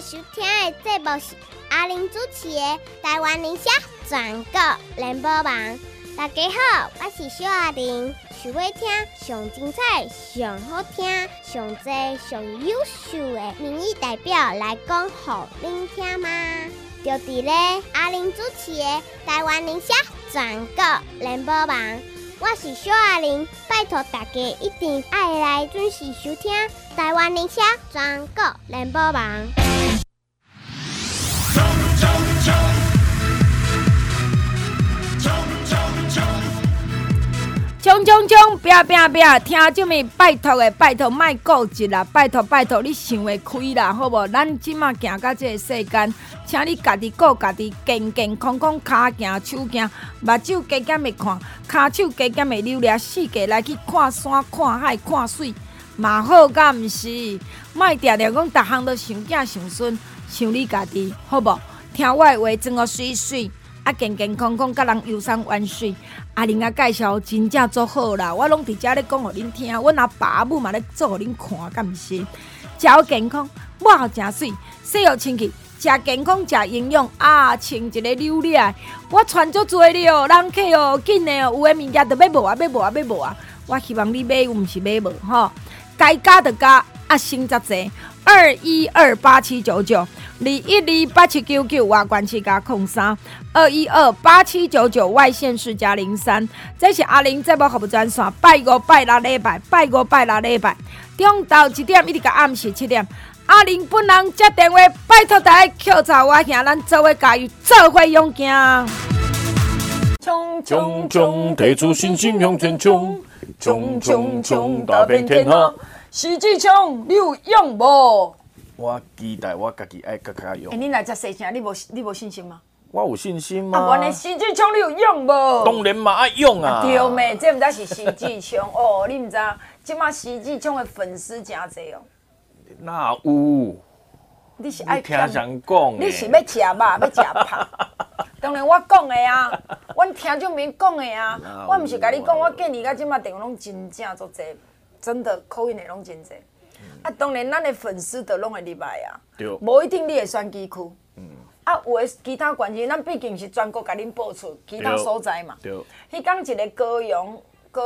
收听的节目是阿玲主持的《台湾理社全国联播网》。大家好，我是小阿玲。想要听上精彩、上好听、上多、上优秀的民意代表来讲，给您听吗？就伫咧阿玲主持的《台湾理社全国联播网》。我是小阿玲，拜托大家一定要来准时收听台湾理社全国联播网。 冲冲冲！拼拼拼！听众们，拜托的，拜托莫顾忌啦！拜托拜托，你想会开啦，好无？咱即马行到这个世间，请你家己顾家己，健健康康，骹行手行，目睭加减的看，骹手加减的流掠，四界来去看山、看海、看水，嘛好敢毋是？莫定定讲，逐项都想囝想孙，想你家己，好无？听我的话，装个水水。啊，健健康康，甲人游山玩水。阿玲啊，介绍真正足好啦，我拢伫遮咧讲互恁听，阮阿爸母嘛咧做互恁看，敢毋是？食好健康，抹好真水，洗好清气，食健康，食营养啊，穿一个溜咧。我传足多哩哦，人客哦，紧的哦，有诶物件着要无啊，要无啊，要无啊。我希望你买有，毋是买无吼。该加着加，啊，省则济。2128799，2128799外关市加03，2128799外县市加03。这是阿玲节目服务专线，拜五拜六礼拜，拜五拜六礼拜，中昼1点一直到暗时7点。阿玲本人接电话，拜托大家扣查我兄，咱做伙加油，做伙勇行。冲冲冲，提出信心向前冲，冲冲冲，打遍天下。徐志强，你有勇无？ 我期待我家己爱更加勇。 你来遮细声，你无信心吗？ 我有信心吗？ 啊，原来徐志强你有勇无？ 当然嘛爱勇啊！ 对咩？这毋知是徐志强哦，你毋知？即马徐志强的粉丝真侪哦。 哪有？ 你是爱听人讲的？ 你是要吃肉，要吃胖？当然我讲的啊，阮听众免讲的啊。我毋是甲你讲，我建议到即马电话拢真正足侪。真的口音的拢真侪，啊，当然咱的粉丝都拢会入来啊，无一定你会选区区，啊，有诶其他县市，咱毕竟是全国甲恁报出其他所在嘛。迄天一个高雄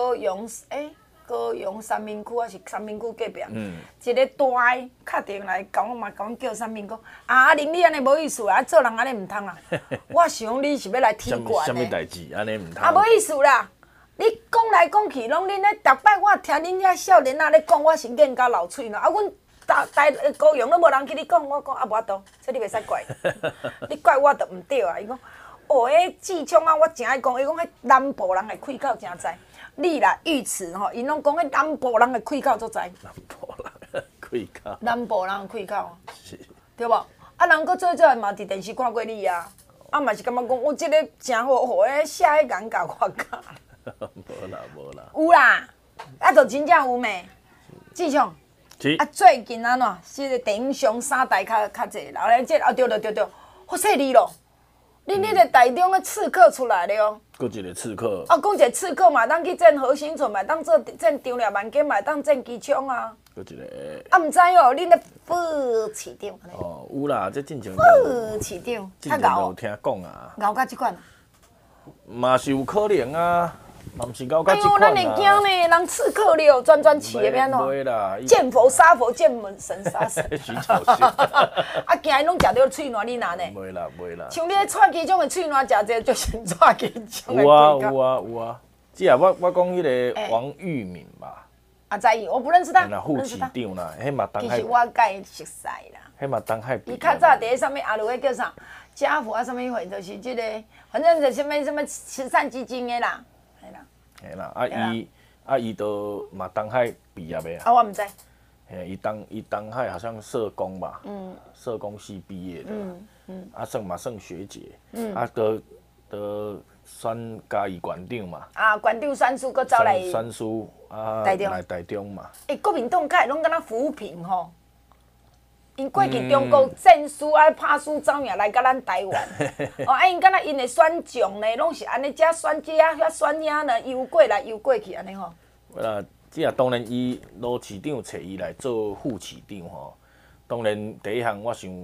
三民区还是三民区隔壁，一个大诶敲电来甲阮叫三民区，阿玲你安尼无意思啊，做人安尼毋通啊，我想你是要来踢馆的。什么代志安尼毋通？ 啊，无意思啦。你讲来讲去，拢恁咧，逐摆我听恁遐少年仔咧讲，我是眼甲流喙呢。啊，阮台高雄都无人去你讲，我讲啊无法度，这你袂使怪。你怪我就毋对啊！伊讲，哦，迄志强啊，我真爱讲，伊讲迄南部人的开口真知。你啦，御此吼，因拢讲迄南部人的开口足知。 南部人的开口。 南部人的开口。是。对无？啊，人佫做做嘛，伫电视看过你啊，啊嘛是感觉讲，我即个真好，互迄写迄眼甲我教。 无啦， 有啦，啊，就真正有咩？志强，啊，最近安怎？是个电影上3台较济，然后咧，啊对，好势利咯。恁迄个台中的刺客出来了哦。 搁一个刺客。 啊，搁一个刺客嘛，当去战何新村嘛，当做战张良万金嘛，当战机枪啊。 搁一个。 啊，毋知哦，恁咧副市长。 哦，有啦，这进前。 副市长。 较敖。有听讲啊。 敖甲即款。 嘛是有可能啊。嘛毋是搞到即款啊！ 咱会惊呢，人刺客了，专饲的变喏。 袂啦， 见佛杀佛，见神杀神。 徐小仙。 啊，惊伊拢食着喙烂，你哪呢？ 袂啦。 像你咧串鸡种的喙烂食者，就是串鸡种的。 有啊。只啊，我讲迄个王玉敏吧。 啊，知伊，我不认识他。 副市长啦，迄嘛东海。 其实我甲伊熟悉啦。 迄嘛东海。 伊较早伫咧啥物阿鲁迄叫啥？家福啊，啥物会，就是即个，反正就什么慈善基金的啦。 嘿啦，伊都嘛东海毕业的啊。 啊，我毋知。 嘿，伊东海好像社工吧，社工系毕业的，啊算学姐，啊都选嘉义县长嘛。啊， 县长选书，搁走来。 选书啊，来台中嘛。 国民党较拢敢若扶贫吼。因过去中国战输啊、拍输走命来甲咱台湾，因敢若因的选将呢，拢是安尼，遮选遮遐选遐呢，游过来游过去安尼吼。 即当然伊罗市长找伊来做副市长吼，当然第一项我想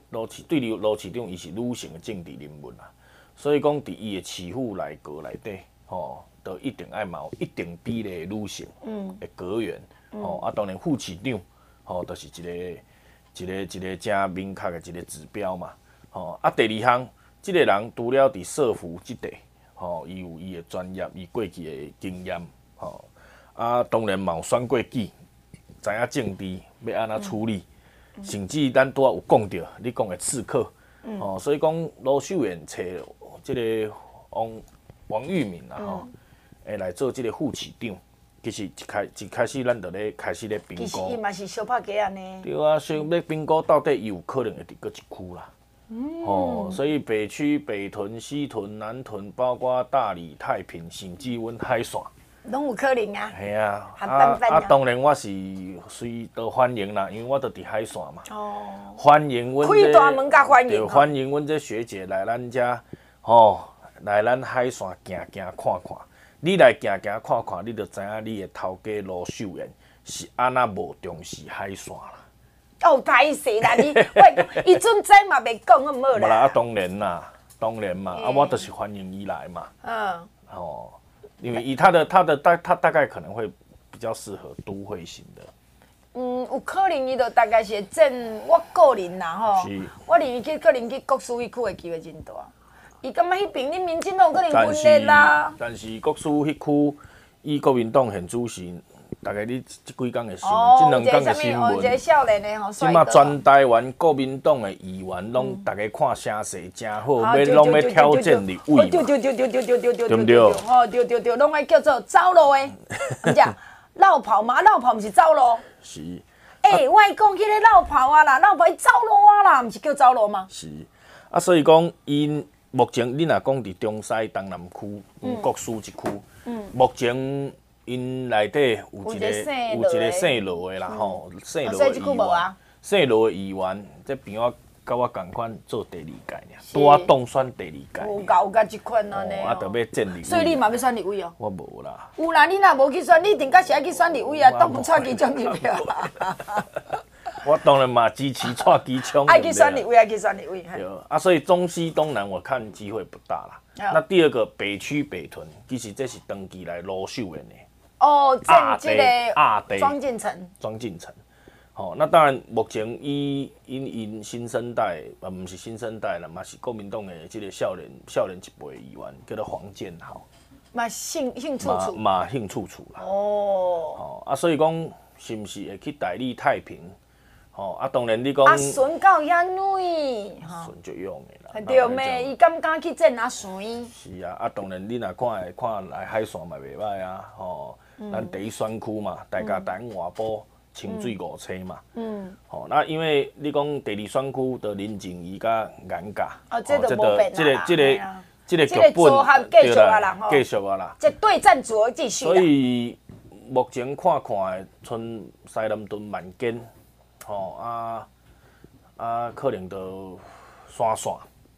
对卢市长伊是女性的政治人物啦，所以讲伫伊的市府内阁内底，都一定爱有一定比例的女性的阁员，当然副市长，就是一个正明确的一个指标嘛，第二项，这个人除了伫社福这地，伊有伊的专业，伊过去的经验，当然嘛有选过举，知影政治要安怎处理。甚至咱拄仔有讲到，你讲的刺客，所以讲卢秀燕找即个王玉敏啦，会来做即个副市长，其实一开始咱就咧开始咧评估。 其实伊嘛是小拍鸡安尼。 对啊，想要评估到底伊有可能会伫搁一区啦。所以北区、北屯、西屯、南屯，包括大理、太平，甚至阮海线。 拢有可能啊。 系啊，当然我是随都欢迎啦，因为我都伫海线嘛。欢迎阮开大门甲欢迎。 对，欢迎阮这学姐来咱遮，来咱海线行看看。你来行看看，你就知影你的头家卢秀燕是安那无重视海线啦。 歹势啦你，喂，伊阵知嘛袂讲好无啦。 啦，当然嘛，我就是欢迎伊来嘛。因为他大概可能会比较适合都会型的。 有可能伊就大概是会整我个人啦吼。我认为可能去国书迄区的机会真大。伊感觉迄边恁民进党有可能分裂啦。 但是国书迄区，以国民党现主席，大概你这几天的新闻，这两天的新闻， 一个少年的吼， 即马全台湾国民党的议员拢大家看声势真好，拢要挑战立委嘛，对不对？ 对，拢爱叫做走路的，唔是绕跑嘛，绕跑唔是走路。 是。 我讲迄个绕跑啊啦，绕跑伊走路啊啦，唔是叫走路吗？ 是。所以讲因目前你若讲伫中西东南区，国书一区，目前因内底有一个姓罗的啦吼，姓罗的议员，姓罗的议员，这边我甲我同款做第二届呢，拄啊当选第二届。 有甲即款安尼。 就要战立委。 所以你嘛要选立委哦？ 我无啦。 有啦，你若无去选，你一定甲是爱去选立委啊，当不出去种入票啦。 我当然嘛支持蔡基昌。 爱去选立委，爱去选立委。 对所以中西东南我看机会不大啦。那第二个北区北屯，其实这是登记来卢秀燕的。 这个庄敬诚， 那当然，目前因新生代，不是新生代啦，嘛是国民党的这个少年一辈议员，叫做黄建豪， 嘛兴处处， 嘛兴处处啦。所以讲是毋是会去代理太平？当然你讲孙到遐软， 孙就用的啦。 对咩？伊敢敢去整阿孙？ 是啊，当然你若看来海线嘛袂歹啊，咱第一选区嘛，大家等外埔清水5车嘛。那因为你讲第二选区的林静怡甲颜家， 这就无变啦。 这个剧本继续啊啦， 继续啊啦。 这对战组合继续。 所以目前看的，像西南屯万坚，可能就山线，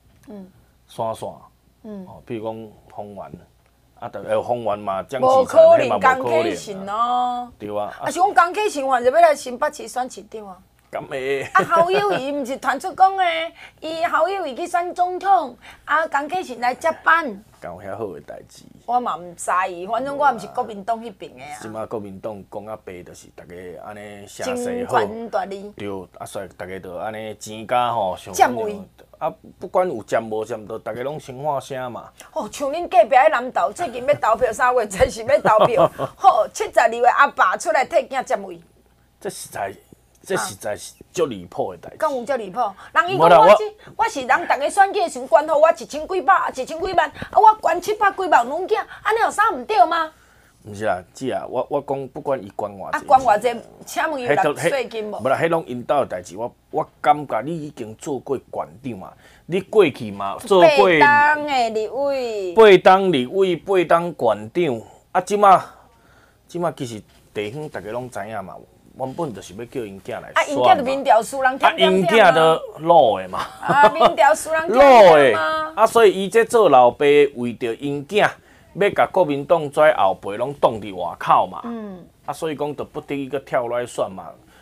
譬如讲丰原。丰原嘛，江启臣迄嘛无可能啊， 对啊。 是讲江启臣还是要来新北市选市长啊？ 敢会？ 侯友宜毋是传出讲诶，伊侯友宜去选总统，江启臣来接班。 敢有遐好诶代志？ 我嘛毋知，反正我毋是国民党迄边诶啊。 即马国民党讲啊白，就是大家安尼声势好， 争权夺利。 对，所以大家就安尼钱家吼上。 占位。 不管有占无占，都大家拢先喊声嘛。 像恁隔壁迄南投，最近要投票3月才是要投票，72月阿爸出来替囝占位。 这实在是足离谱的代志。 敢有足离谱？人伊讲我是人，逐个选举的时候捐互我1000几百、1000几万，我捐700几万拢囝，安尼有啥毋对吗？ 毋是啦，姐啊，我讲不管伊捐偌济， 捐偌济，请问有纳税金无？ 无啦，迄拢因兜的代志。我感觉你已经做过县长嘛，你过去嘛做过 8当的立委 ，8当立委，8当县长，即马其实地方大家拢知影嘛。原本就是要叫因囝来选因囝就民调输人因囝都老的嘛。 民调输人老的，所以伊这做老爸为着因囝。要甲国民党跩后辈拢挡伫外口嘛，所以讲就不得已个跳来选嘛。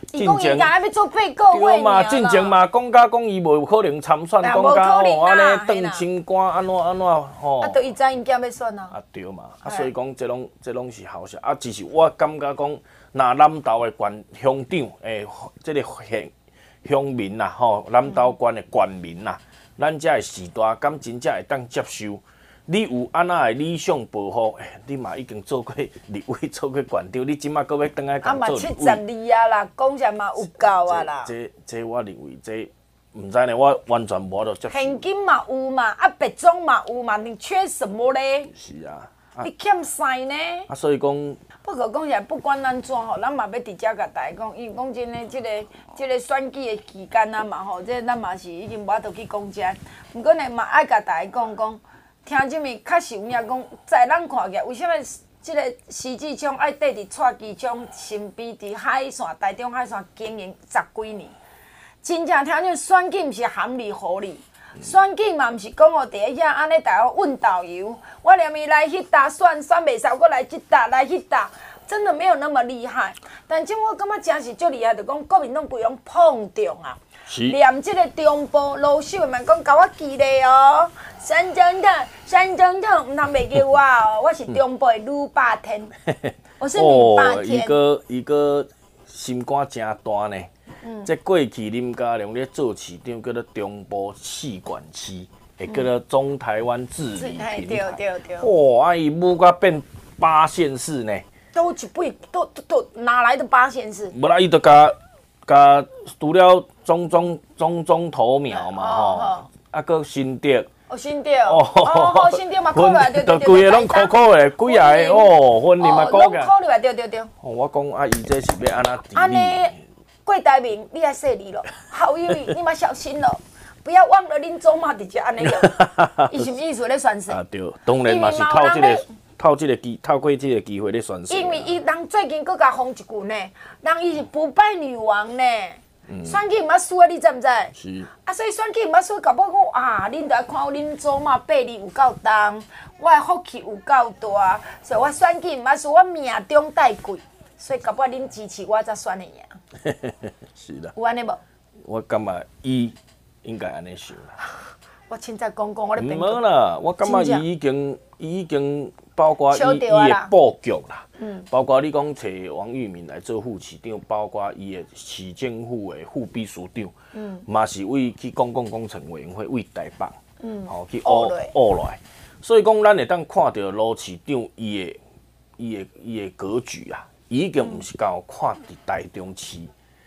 伊讲伊家要做8个月对嘛，进前嘛讲甲讲伊无可能参选，讲甲哦安尼邓清官安怎吼。 啊，都伊知因囝要选啊。 啊对嘛，啊所以讲这拢是好事。啊，只是我感觉讲，那南投的县乡长这个乡民啦吼，南投县的县民啦，咱遮的时代敢真正会当接受？你有安那的理想抱负？你嘛已经做过立委，做过县长，你即马搁要倒来讲做立委？ 啊嘛72啊啦，讲啥嘛有够啊啦。 这我认为这唔知呢，我完全无得接受。 现金嘛有嘛，啊别种嘛有嘛，你缺什么咧？ 是啊。 你欠啥呢？ 啊，所以讲。 不过讲起来，不管安怎吼，咱嘛要直接甲大家讲，因为讲真诶，即个选举的期间啊嘛吼，这咱嘛是已经无法度去讲遮。毋过呢，嘛爱甲大家讲，听即物确实有影讲，在咱看起来，为什么即个施志昌爱缀伫蔡其昌身边伫海线台中海线经营10几年？真正听种选举毋是含你糊你。选举嘛，毋是讲哦，伫咧遐安尼大家问导游，我连伊来迄搭选袂使，我来即搭来迄搭，真的没有那么厉害。但即我感觉真是足厉害，就讲国民党规样碰中啊，连即个中部老秀的嘛讲，甲我记咧哦，三总统，毋通袂记我哦，我是中部的女霸天，我是女霸天。 伊个心肝真大呢。这过去林佳龙咧做市长，叫做中部4县市，会叫做中台湾治理平台。 对。 哇，伊母甲变8县市呢。 都哪来的8县市？ 无啦，伊就甲除了种头苗嘛吼，啊个新竹。 新竹。新竹嘛考入来，对。 规个拢考诶，几个哦，分林嘛考个。考入来，对。 我讲啊，伊这是要安怎治理？ 安尼。郭台铭，你爱说你咯，侯友宜，你嘛小心咯，不要忘了恁祖妈伫遮安尼咯。伊什么意思咧选谁？ 啊对，当然嘛是透过这个机会咧选谁。 因为伊人最近搁甲封一句呢，人伊是不败女王呢。选举毋捌输啊，你知毋知？ 是。啊， 所以选举毋捌输，搞不好讲啊，恁着爱看恁祖妈魄力有够重，我的福气有够大，所以我选举毋捌输，我命中带贵，所以搞不好恁支持我才选会赢。 是啦， 有安尼无？ 我感觉伊应该安尼想啦。 我凊彩讲，我咧编。 无啦，我感觉伊已经包括伊的布局啦，包括你讲找王玉民来做副市长，包括伊的市政府的副秘书长，嘛是为去公共工程委员会为台北，去学来。所以讲，咱会当看到罗市长伊的格局啊。已经毋是够看伫台中市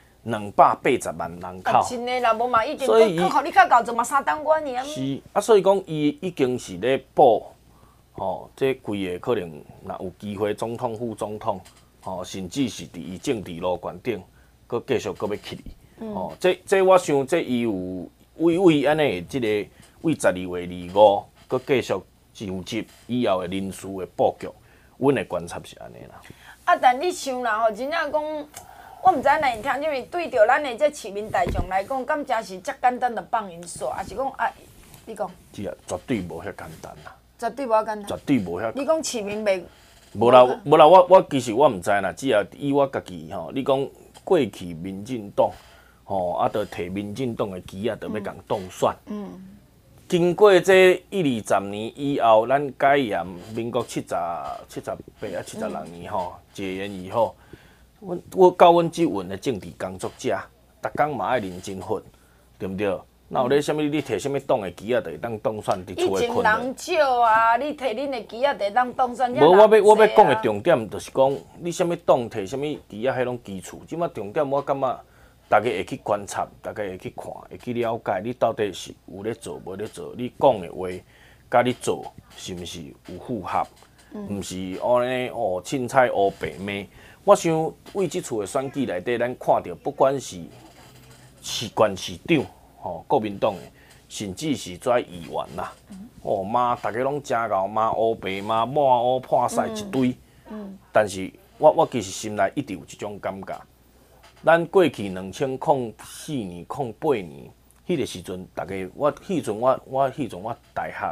280万人口， 真诶啦，无嘛已经靠你较够做嘛3档官尔。 是啊，所以讲伊已经是咧补，这规个可能若有机会，总统、副总统，甚至是伫伊政治路线顶，佮继续要起哩。这我想，这伊有为安尼即个为12月25，佮继续上集以后的人事的布局，阮的观察是安尼啦。 啊，但你想啦吼，真正讲，我毋知哪会听，因为对着咱的这市民大众来讲，敢真是遮简单的放因煞，还是讲啊？你讲？ 是啊，绝对无遐简单啦。 绝对无遐简单。 绝对无遐。 你讲市民袂？ 无啦，我其实我毋知啦，只要以我家己吼，你讲过去民进党啊，着摕民进党的旗啊，着要共当选。经过这1、20年以后，咱改严民国78啊76年解严以后，我教阮即运的政治工作者，逐工嘛爱认真混，对毋对？哪有咧啥物？你摕啥物党的旗啊，就会当当选伫厝诶困。 人少啊，你摕恁的旗啊，就会当当选。 无，我要讲的重点就是讲，你啥物党摕啥物旗啊，迄种基础。即马重点我感觉。大家会去观察，大家会去看，会去了解你到底是有咧做无咧做，你讲的话，甲你做是毋是有符合？毋是安尼凊彩乌白骂。我想为即次的选举内底，咱看到不管是县市长，国民党的，甚至是跩议员啦，骂大家拢真够，骂乌白，骂满乌破屎一堆。但是我其实心内一直有一种感觉。咱过去2004年、08年，迄个时阵，大家我迄阵我大学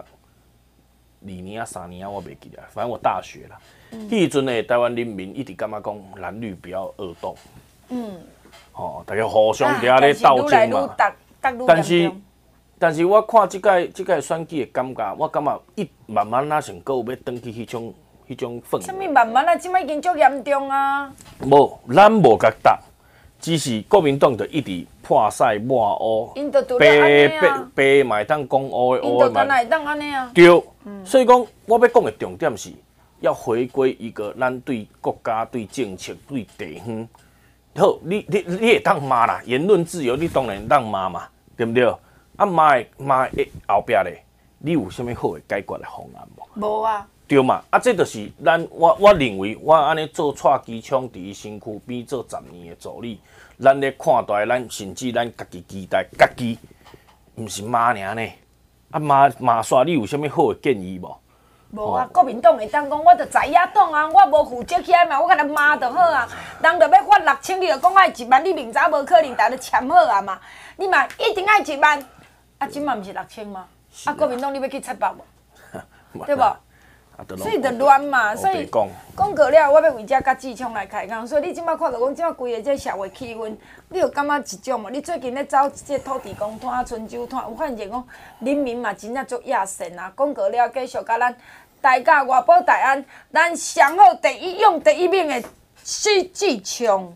2年啊3年啊，我袂记得，反正我大学啦。迄阵的台湾人民一直感觉讲蓝绿不要恶斗。 大家互相伫咧斗争嘛。但是我看即届选举的感觉，我感觉慢慢啊，成个有要转去迄种氛围。 啥物慢慢啊？即摆已经足严重啊！ 无，咱无甲答，只是国民党就一直破屎抹乌，白嘛会当讲乌的，乌的嘛会当安尼啊。 对，所以讲我要讲的重点是，要回归一个咱对国家、对政策、对地方。好，你会当骂啦，言论自由，你当然当骂嘛，对不对？啊骂的后壁咧，你有啥物好的解决的方案无？ 无啊。 对嘛？啊，这就是我认为我安尼做蔡机枪伫伊身躯边做10年的助理，咱咧看待咱甚至咱家己期待家己，毋是骂尔呢？啊骂煞，你有啥物好的建议无？ 无啊，国民党会当讲，我着在野党啊，我无负责起来嘛，我甲他骂就好啊。人着要发6000，你着讲爱1万，你明早无可能，大家签好啊嘛。你嘛一定爱1万，啊，即嘛毋是6000吗？啊，国民党你要去拆包无？对无？所以就乱嘛，所以讲过了，我要为这甲志昌来开讲。所以你即摆看到讲，即摆规个这社会气氛，你有感觉一种嘛？你最近咧走这土地公摊、春秋摊，有发现讲人民嘛真正足野善啊。讲过了，继续甲咱大家外保大安，咱上好第一名的徐志昌。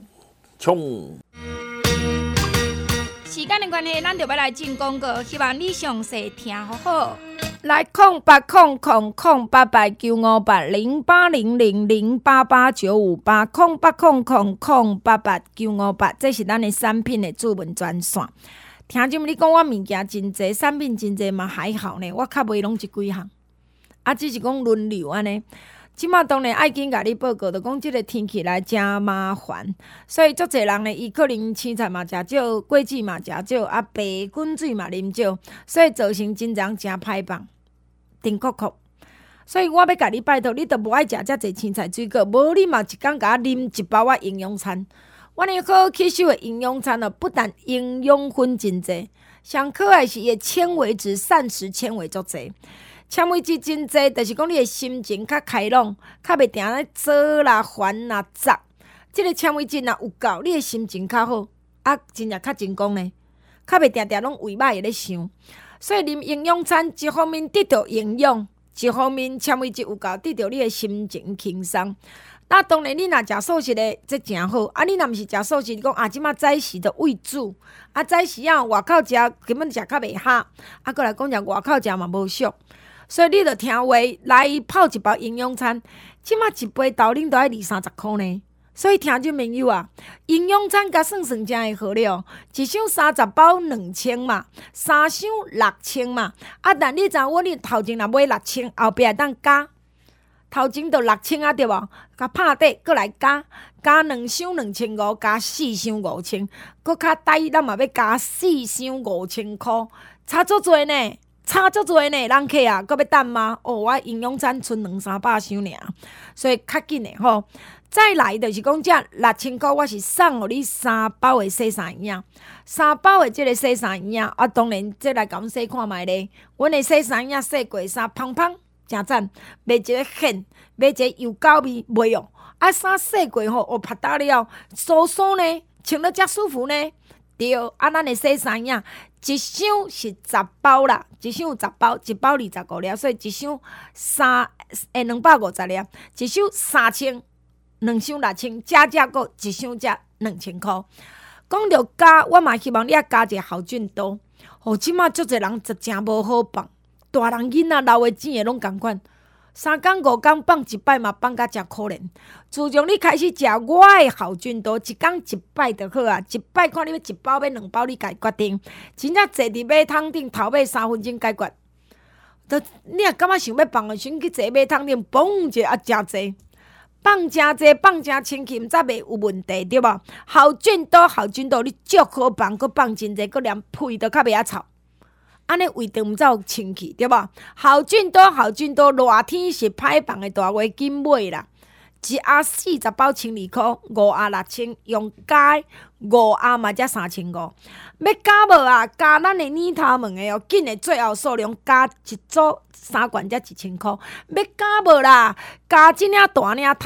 时间的关系，咱就要来进广告，希望你详细听好好。来080009580800088958，这是咱的产品的主文专线。听众你讲我物件真济，产品真济嘛还好呢，我较袂拢这几项，啊，只是讲轮流安尼。即马当然爱紧甲你报告，就讲即个天气来真麻烦，所以足侪人呢，伊可能青菜嘛食少，果子嘛食少，啊，白滚水嘛啉少，所以造成真人真歹放，甜酷酷。所以我要甲你拜托，你都无爱食遮侪青菜水果，无你嘛一工甲我啉一包仔营养餐。我呢好吸收的营养餐哦，不但营养分真济，上可爱是伊的纤维质、膳食纤维足济。纤维质真济，就是讲你的心情较开朗，较袂定咧做啦、烦啦、杂。即个纤维质若有够，你的心情较好，啊，真正较成功呢，较袂定定拢胃歹会咧想。所以啉营养餐，一方面得到营养，一方面纤维质有够，得到你的心情轻松。那当然，你若食素食的，这真好。啊，你若毋是食素食，你讲即马早时就为主，啊，早时啊外口食根本食较袂合，啊，过来讲食外口食嘛无俗。所以你着听话来泡一包营养餐，即马一杯豆奶都要20-30块呢。所以听众朋友啊，营养餐甲算真会好了，一箱30包2000嘛，3箱6000嘛。啊，但你知影你头前若买6000，后壁会当加，头前着6000啊，对无？甲拍底，搁来加2箱2500，加4箱5000，搁较低，咱嘛要加4箱5000块，差足多呢。差足多呢，人客啊，搁要等吗？哦，我营养餐剩200-300箱尔，所以较紧的吼。再来就是讲，这6000块我是送互你3包的洗衫液，3包的这个洗衫液啊，当然这来甲阮洗看卖咧。阮的洗衫液洗过衫芳芳，真赞，袂一个痕，袂一个油膏味，袂用。啊，衫洗过吼，哦，拍打了，酥酥呢，穿了遮舒服呢。对，啊，咱的洗衫液一箱是10包啦，一箱有10包，一包25粒，所以一箱250粒，一箱3000，2箱6000，加个一箱才2000块。讲到加，我嘛希望你也加一个好菌刀。哦，即马足侪人就真无好放，大人囡仔、老的钱的拢共款。3工5工放一摆嘛，放甲真可怜。自从你开始食我的好菌刀，一工一摆就好啊！一摆看你要1包要2包，你家决定。真正坐伫马桶顶头尾3分钟解决。你若感觉想要放的，先去坐马桶顶，嘣一下啊，真济，放真济，放真清气，毋则袂有问题，对无？好菌刀，你足好放，佮放真济，佮连屁都较袂晓臭。安尼胃肠毋则有清气，对无？好菌刀，热天是歹放的大话紧买啦。一盒40包12块，5盒6000，用加5盒嘛才3500。要加无啊？加咱的黏头毛的哦，紧的最后数量加一组3罐才1000块。要加无啦？加这领大领摊啊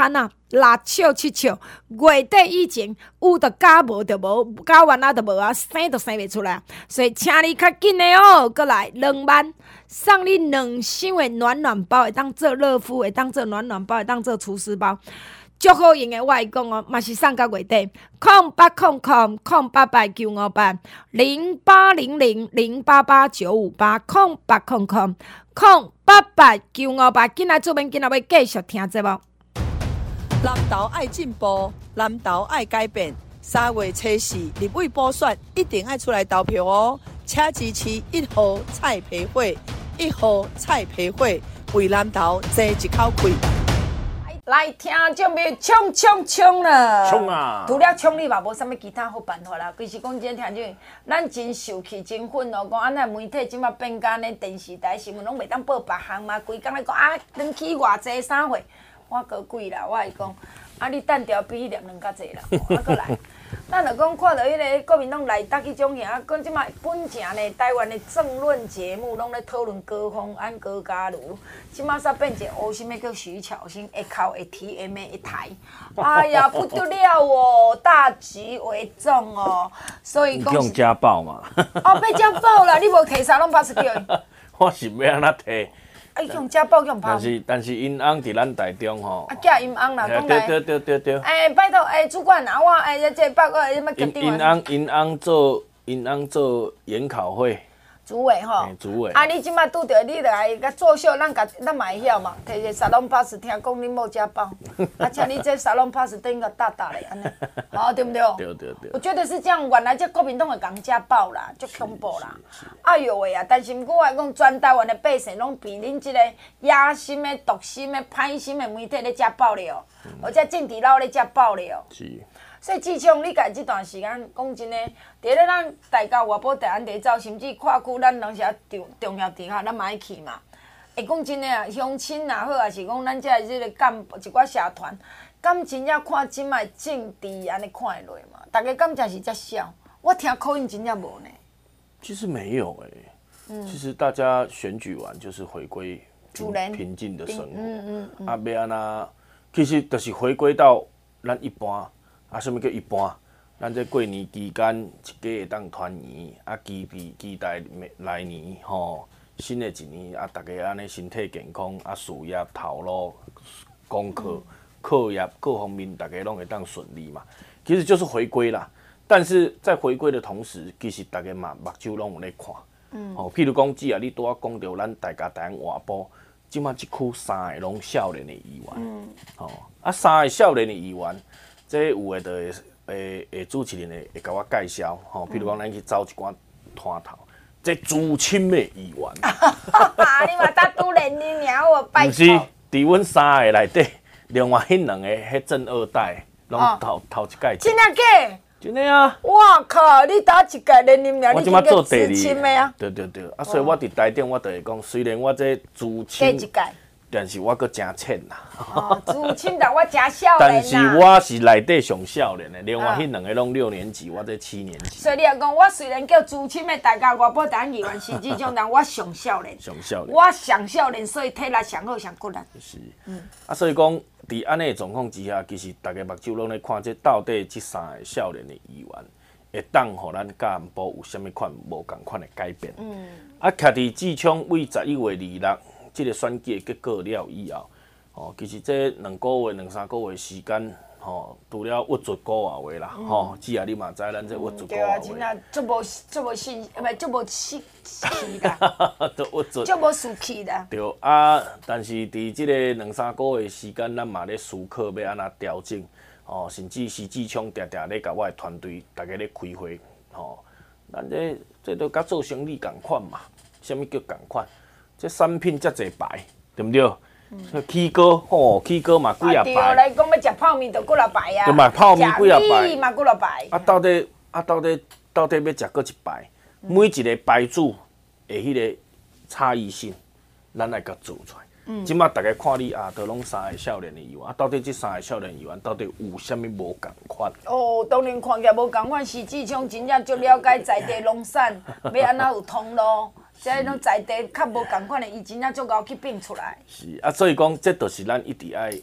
6笑7笑，月底以前有着加无着无，加完啊着无啊，生都生袂出来。所以请你较紧的哦，过来2万，送你2箱的暖暖包，会当做热敷，会当做暖暖包，会当做厨师包。足好用的，我会讲哦，嘛是送到月底。0800-088-958，0800-088-958，0800-958，今仔做面今仔要继续听节目。 南投爱进步，南投爱改变。3月初4立委补选一定爱出来投票哦！请支持1號蔡培慧，1號蔡培慧为南投争一口气。 来听众朋友冲了！ 冲啊！ 除了冲，你嘛无啥物其他好办法啦。其实讲真，听众，咱真受气、真愤怒，讲安尼媒体即马变甲安尼，电视台、新闻拢袂当报别项嘛，规工咧讲啊，登起偌济啥货，我过贵啦，我会讲，啊你等调比迄粒两较济啦，啊过来。咱就讲看到迄个国民党内搭迄种型，讲即马本正呢，台湾的政论节目拢咧讨论高虹安、高嘉瑜，即马煞变一个乌什么叫徐巧芯，会考会题 M 一台，哎呀不得了哦，大局为重哦，所以讲用家暴嘛？ 哦，被家暴啦！你无摕沙龙 pass 叫伊？ 我是要安怎摕？ 用家暴用拍。 但是因翁伫咱台中吼。 啊，寄因翁啦，讲来。 对。 拜托，主管啊，我这报告什么决定啊？ 因翁做研考会。 主委吼， 主委。 啊，你即摆拄着，你著来甲作秀，咱嘛会晓嘛。摕个沙龙 pass， 听讲恁某家暴，啊，请你这沙龙 pass 等个大咧安尼，好对不对？ 对。 我觉得是这样，原来这国民党会讲家暴啦，足恐怖啦。哎呦喂啊！但是毋过我讲，全台湾的百姓拢被恁即个野心的、毒心的、歹心的媒体咧家暴了，或者政治佬咧家暴了。是。所以志聪，你家即段时间讲真诶，伫咧咱大家外埔台湾地走，甚至跨区咱当时啊重要场合，咱嘛爱去嘛。会讲真诶啊，乡亲也好，也是讲咱遮即个干部一寡社团，敢真正看即摆政治安尼看会落嘛？大家敢真是遮少？我听口音真正无呢。 其实没有其实大家选举完就是回归平静的生活。啊，要安那，其实就是回归到咱一般。啊，什么叫一般？咱这过年期间，一家会当团圆，啊，期待来年吼，新的一年啊，大家安尼身体健康，啊，事业头路、功课、课业各方面，大家拢会当顺利嘛。其实就是回归啦。但是在回归的同时，其实大家嘛目睭拢有咧看。譬如讲，只要你拄仔讲到咱大家台湾外部，即马即区3个拢少年的议员，啊，3个少年的议员。这有诶，就会主持人会甲我介绍，譬如讲，咱去走一寡摊头，这资深的议员。 你嘛搭拄连你尔，我拜托。毋是， 伫阮3个内底，另外迄2个迄正2代，拢头一届。 真啊假？ 真诶啊！ 哇靠！你搭一届连你尔， 我即马做第2 资深的啊。 对，啊，所以我伫台顶，我就会讲，虽然我这资深。但是我阁真浅啦。 资深但我真少年啦。 但是我是内底上少年的，另外迄2个拢6年级，我这7年级。 所以你也讲，我虽然叫资深的大家外埔台湾议员，实际上但我上少年。我上少年，所以体力上好上骨力。 是。所以讲，伫安尼的状况之下，其实大家目睭拢咧看，这到底这3个少年的议员，会当互咱甲安部有啥物款无共款的改变。徛伫志昌为11月26。即个选举结果了以后，其实这2个月、2-3个月时间，除了屈足古话话啦，只要你嘛知咱这屈足古话话。对啊， 真啊，足无信，足无气啦， 都屈足。 足无士气啦。 对啊，但是伫即个2-3个月时间，咱嘛咧思考要安怎调整，甚至是志昌常常咧甲我的团队大家咧开会，咱这都甲做生意共款嘛，啥物叫共款？这产品遮济牌，对毋对？起哥起哥嘛几啊牌。 对，来讲要食泡面就几啊牌啊。 对嘛，泡面几啊牌。 嘛几啊牌。 到底要食搁一牌？每一个牌子的迄个差异性，咱来甲做出来。即马大家看你都拢3个少年的议员，到底这3个少年议员到底有啥物无共款？ 当然看起来无共款，实际上真正足了解在地农产要安怎有通路。这种在地较无共款的，伊真正足够去变出来。 是所以讲，这就是咱一直爱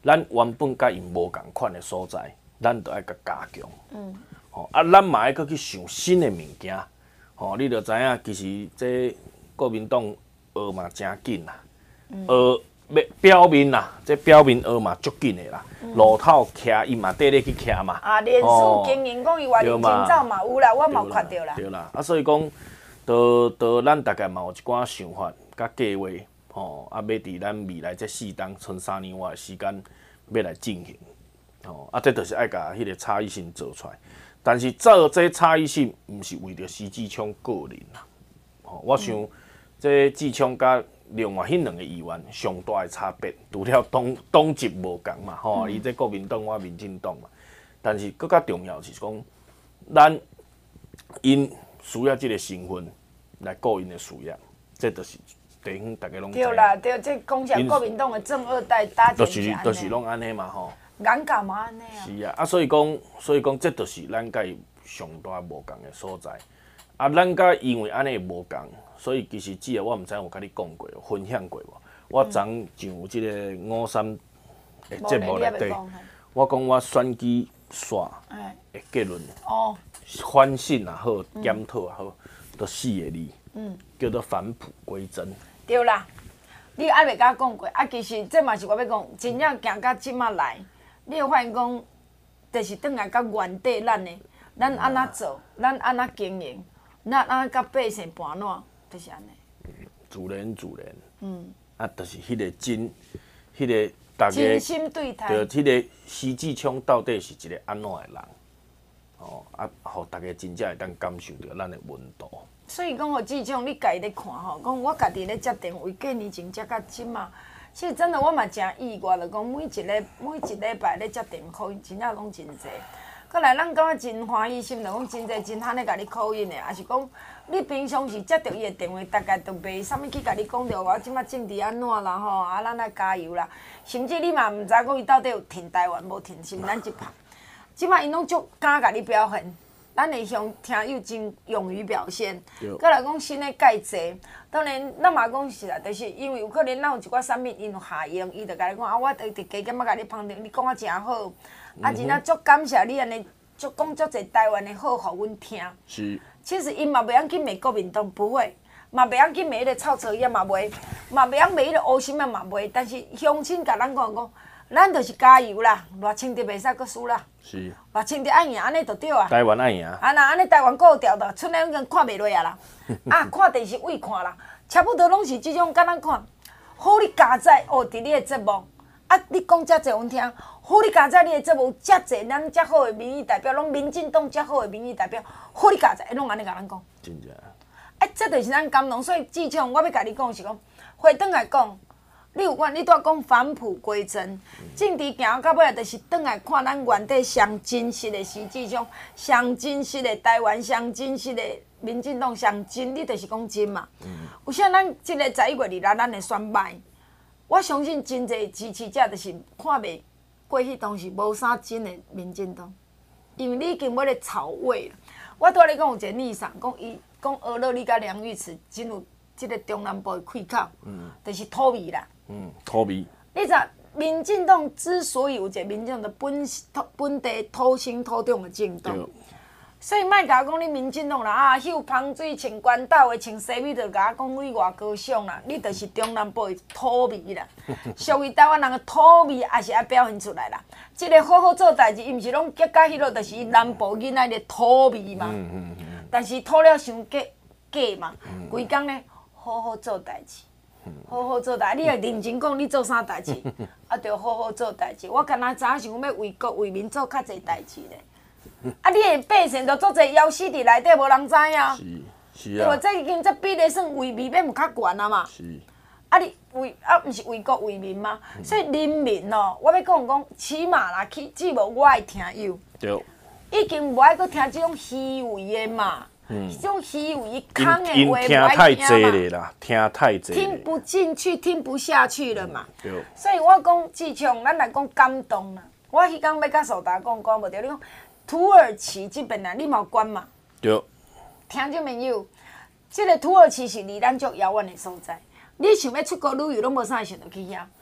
咱原本甲因无共款的所在，咱就爱甲加强。咱嘛爱搁去想新的物件。你着知影，其实这国民党学嘛真紧啦，学表面啦，这表面学嘛足紧的啦，路头徛伊嘛缀咧去徛嘛。 连锁经营讲伊外面征兆嘛有啦，我嘛有看到啦。 对啦，所以讲，咱大概嘛有一寡想法甲计划，要伫咱未来这4冬剩3年外的时间要来进行。这就是爱甲迄个差异性做出来。但是做这差异性，毋是为着施志昌个人啦。我想这志昌甲另外迄2个议员上大的差别，除了党籍无共嘛，伊这国民党我民进党嘛。但是更较重要是讲，咱因需要即个身份来顾因的事业，这就是地方大家拢知。 对啦，对，这讲起来国民党的正2代搭建起来就是拢安尼嘛吼。 眼界嘛安尼啊。 是啊，所以讲，这就是咱甲伊上大无共的所在。咱甲因为安尼无共，所以其实只要我毋知有甲你讲过、分享过无。我昨上有即个53的节目内底，我讲我选举线的结论，反省也好，检讨也好，都4个字，叫做返璞归真。 对啦，你还袂甲讲过，其实这嘛是我要讲，真正行到即马来。你会发现讲，就是转来到原底咱安怎做，咱安怎经营，咱安怎甲百姓盘烂，就是安尼。 自然。就是迄个真，迄个大家真心对待。 就迄个施志昌到底是一个安怎的人？互大家真正会当感受到咱的温度。 所以讲，互志昌你家己咧看吼，讲我家己咧接电话，过年前接到即马。其实真的，我嘛真意外，就讲每一礼拜咧接电话，真正拢真济。过来，咱感觉真欢喜心，就讲真济真罕咧甲你call in的，也是讲你平常时接到伊的电话，大概都袂啥物去甲你讲着我即马政治安怎啦吼，咱来加油啦。甚至你嘛毋知讲伊到底有挺台湾无挺心咱一拍，即马因拢足敢甲你表现。咱的乡听友真勇于表现，再来讲新的改制，当然咱嘛讲是啦，就是因为有可能咱有一寡产品因有下用，伊就甲你讲我伫加减仔甲你烹调，你讲啊真好，真正足感谢你安尼足讲足侪台湾的好，互阮听。 是。 其实因嘛袂晓去骂国民党，不会，嘛袂晓去骂迄个臭草野嘛袂，嘛袂晓骂迄个乌心啊嘛袂，但是乡亲甲咱讲，咱就是加油啦，偌清德袂使搁输啦。 是。 偌清德爱赢，安尼就对啊。 台湾爱赢。 若安尼台湾顾调的，剩来咱看袂落啊啦。看电视为看啦，差不多拢是即种，甲咱看。好你加载伫你的节目，你讲遮济阮听。好你加载你的节目，遮济咱遮好的民意代表，拢民进党遮好的民意代表，好你加载，拢安尼甲咱讲。 真正。 这就是咱感动，所以志昌，我要甲你讲是讲，回转来讲。你有讲，你拄讲返璞归真，政治行到尾就是转来看咱原底上真实的施志昌，上真实的台湾，上真实的民进党，上真，你就是讲真嘛。有啥咱即个11月26咱的选摆，我相信真侪支持者就是看袂过迄当时无啥真的民进党，因为你已经要咧炒位了。我拄仔咧讲有一个逆上，讲伊讲俄勒你甲梁玉慈真有即个中南部的开口，就是土味啦。 土味。 你知民进党之所以有一个民进党的本地土生土长的政党，所以莫甲我讲你民进党啦秀芳水、穿关岛的、穿西米，就甲我讲你外高尚啦，你就是中南部的土味啦。属于台湾人的土味，也是爱表现出来啦。即个好好做代志，伊毋是拢结甲迄落，就是南部囡仔的土味嘛。但是吐了伤假嘛，规工咧好好做代志。好好做代志，你若认真讲，你做啥代志，着好好做代志。我敢若早想要为国为民做较侪代志咧。你的百姓着足侪枵死伫内底，无人知影。 是啊。 这已经比例算为民要较悬啊嘛。 是。 你毋是为国为民吗？所以人民哦，我要讲，起码啦，只无我的听友。 对。 已经无爱搁听即种虚伪的嘛。这种虚伪空的话， 因听太济了啦，听太济， 听不进去，听不下去了嘛。 对。 所以我讲志昌，咱来讲感动啦。我迄天要甲苏达讲无对，你讲土耳其这边啊，你嘛有关嘛？ 对。 听众朋友，这个土耳其是离咱足遥远的所在。你想要出国旅游，拢无啥想着去遐。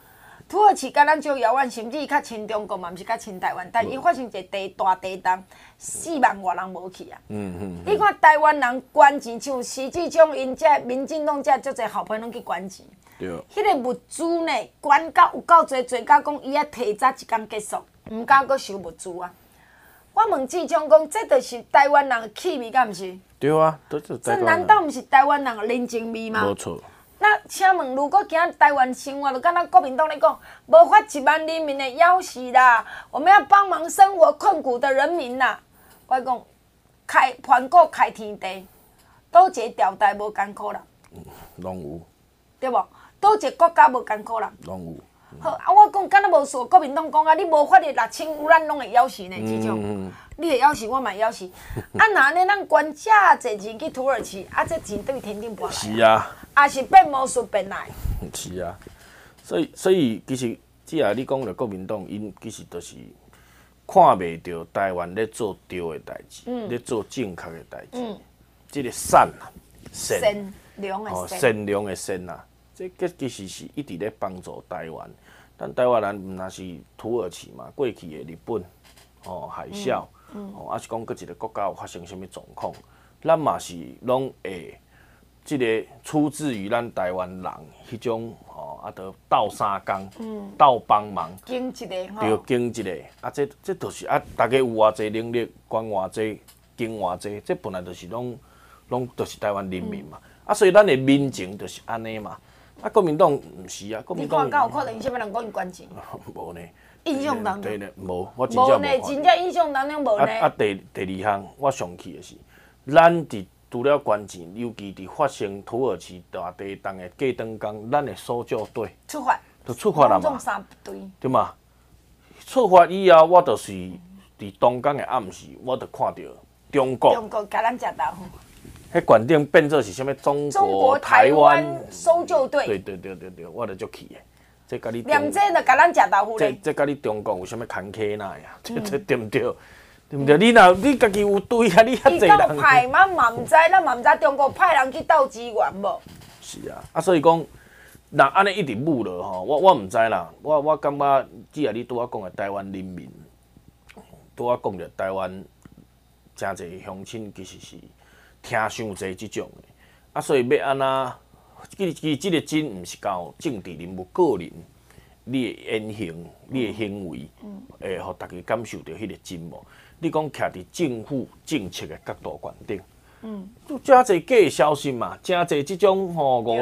土耳其甲咱足遥远，甚至较亲中国嘛，毋是较亲台湾，但伊发生一个大地震，4万外人无去啊。你看台湾人捐钱，像徐志忠因遮民进党遮足侪好朋友拢去捐钱。 对。 迄个物资呢，捐到有够侪，侪到讲伊啊提早一天结束，毋敢阁收物资啊。我问志忠讲，这就是台湾人的气味，敢毋是？ 对啊，都是台湾人。 这难道毋是台湾人的人情味吗？ 无错。 那请问，如果今仔台湾生活，就敢若国民党咧讲，无发1万人民的要挟啦，我们要帮忙生活困苦的人民啦。我讲，盘古开天地，倒一个朝代无艰苦人？ 拢有。 对无？倒一个国家无艰苦人？ 拢有。 好啊，我讲敢若无数国民党讲啊，你无发的6000，咱拢会要挟呢，这种。你会要挟，我嘛要挟。啊，那安尼咱捐遮侪钱去土耳其，啊，这钱对天顶拨来。 是啊。 也是变魔术变来。 是啊，所以其实只要你讲着国民党，因其实就是看袂到台湾咧做对的代志，咧做正确的代志。这个善啊， 善良的善， 善良的善啊，这其实是一直咧帮助台湾。但台湾人毋若是土耳其嘛，过去的日本海啸，啊是讲佫一个国家有发生什么状况，咱嘛是拢会。即个出自于咱台湾人迄种得斗相共，斗帮忙， 经一个对，经一个这就是大家有偌济能力，捐偌济，经偌济，这本来就是拢就是台湾人民嘛。所以咱的民情就是安尼嘛。国民党毋是啊，国民党。 你看，敢有可能什么人讲伊捐钱？ 无呢。 印象当中。 对呢，无，我真正无。 无呢，真正印象当中无呢。 第二项，我上气的是，咱伫。除了捐钱，尤其伫发生土耳其大地震的过当天，咱的搜救队出发， 就出发啦嘛，对嘛？出发以后，我就是伫当天的暗时，我就看到中国甲咱食豆腐。 迄馆顶变做是啥物？中国台湾搜救队。 对，我就足气的。这甲你连这就甲咱食豆腐咧。 这甲你中国有啥物坎坷呐呀？这对毋对？对毋对？你家己有对啊？你遐济人。伊够派嘛毋知，咱嘛毋知中国派人去斗支援无？ 是啊，所以讲，若安尼一直舞落吼，我毋知啦。我感觉，只要你拄仔讲的台湾人民，拄仔讲着台湾真侪乡亲其实是听伤侪即种的，所以要安那，其实即个真毋是交政治人物个人，你的言行、你的行为，会互大家感受到迄个真无。你讲徛伫政府政策的角度观点，真侪假消息嘛，真侪即种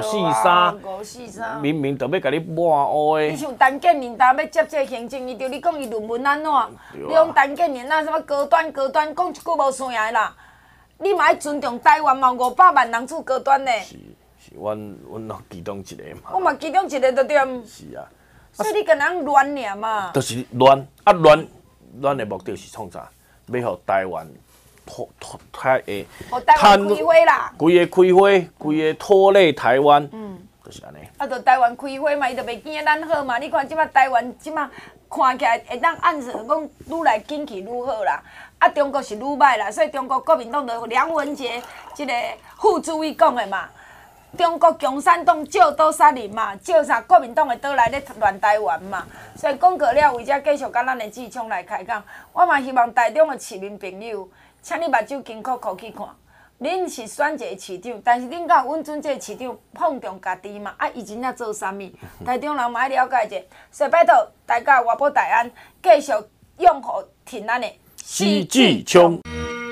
543，明明就要甲你抹黑的。 你像陈建仁要接这行政院长，你讲伊论文安怎？你讲陈建仁什么高端，讲一句无算的啦。你嘛要尊重台湾嘛，500万人住高端呢。 是，阮其中一个嘛。 我嘛其中一个就对。 是啊。 所以你跟人乱尔嘛。 就是乱的目的是创啥？要互台湾开花啦， 规个开花，规个拖累台湾，就是安尼。 就台湾开花嘛，伊就袂惊咱好嘛。你看即摆台湾即摆看起来会当暗示讲愈来景气愈好啦，中国是愈歹啦，所以中国国民党就梁文杰即个副主委讲的嘛。中国共产党借刀杀人嘛，借啥国民党的刀来咧乱台湾嘛，所以讲过了，为遮继续甲咱的志聪来开讲。我嘛希望台中的市民朋友，请你目睭经苦去看，恁是选一个市长，但是恁敢有稳准这个市长放重家己嘛？伊真正做啥物？台中人嘛爱了解者，所以拜托大家外保台安，继续拥护挺咱的徐志聪。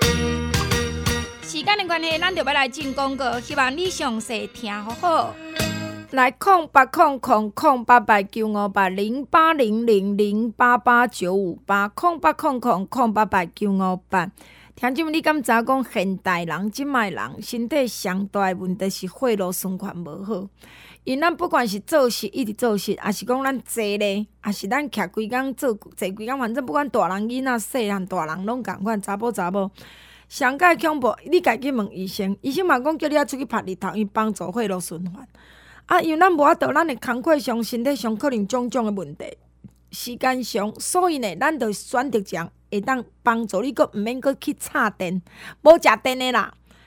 时间的关系，咱就要来进广告，希望你详细听好好。来0800088958，0800088958，听众，你敢知影讲现代人、即卖人身体上大的问题是血路循环无好？因咱不管是做事一直做事，还是讲咱坐咧，还是咱徛规工坐规工，反正不管大人囡仔、细汉大人拢共款，查甫查某。上界恐怖，你家己问医生，医生嘛讲叫你出去晒日头，伊帮助血路循环。因为咱无法度，咱的工课上、身体上可能种种的问题，时间上，所以呢，咱就选择这样会当帮助你，阁毋免阁去插电，无食电的啦。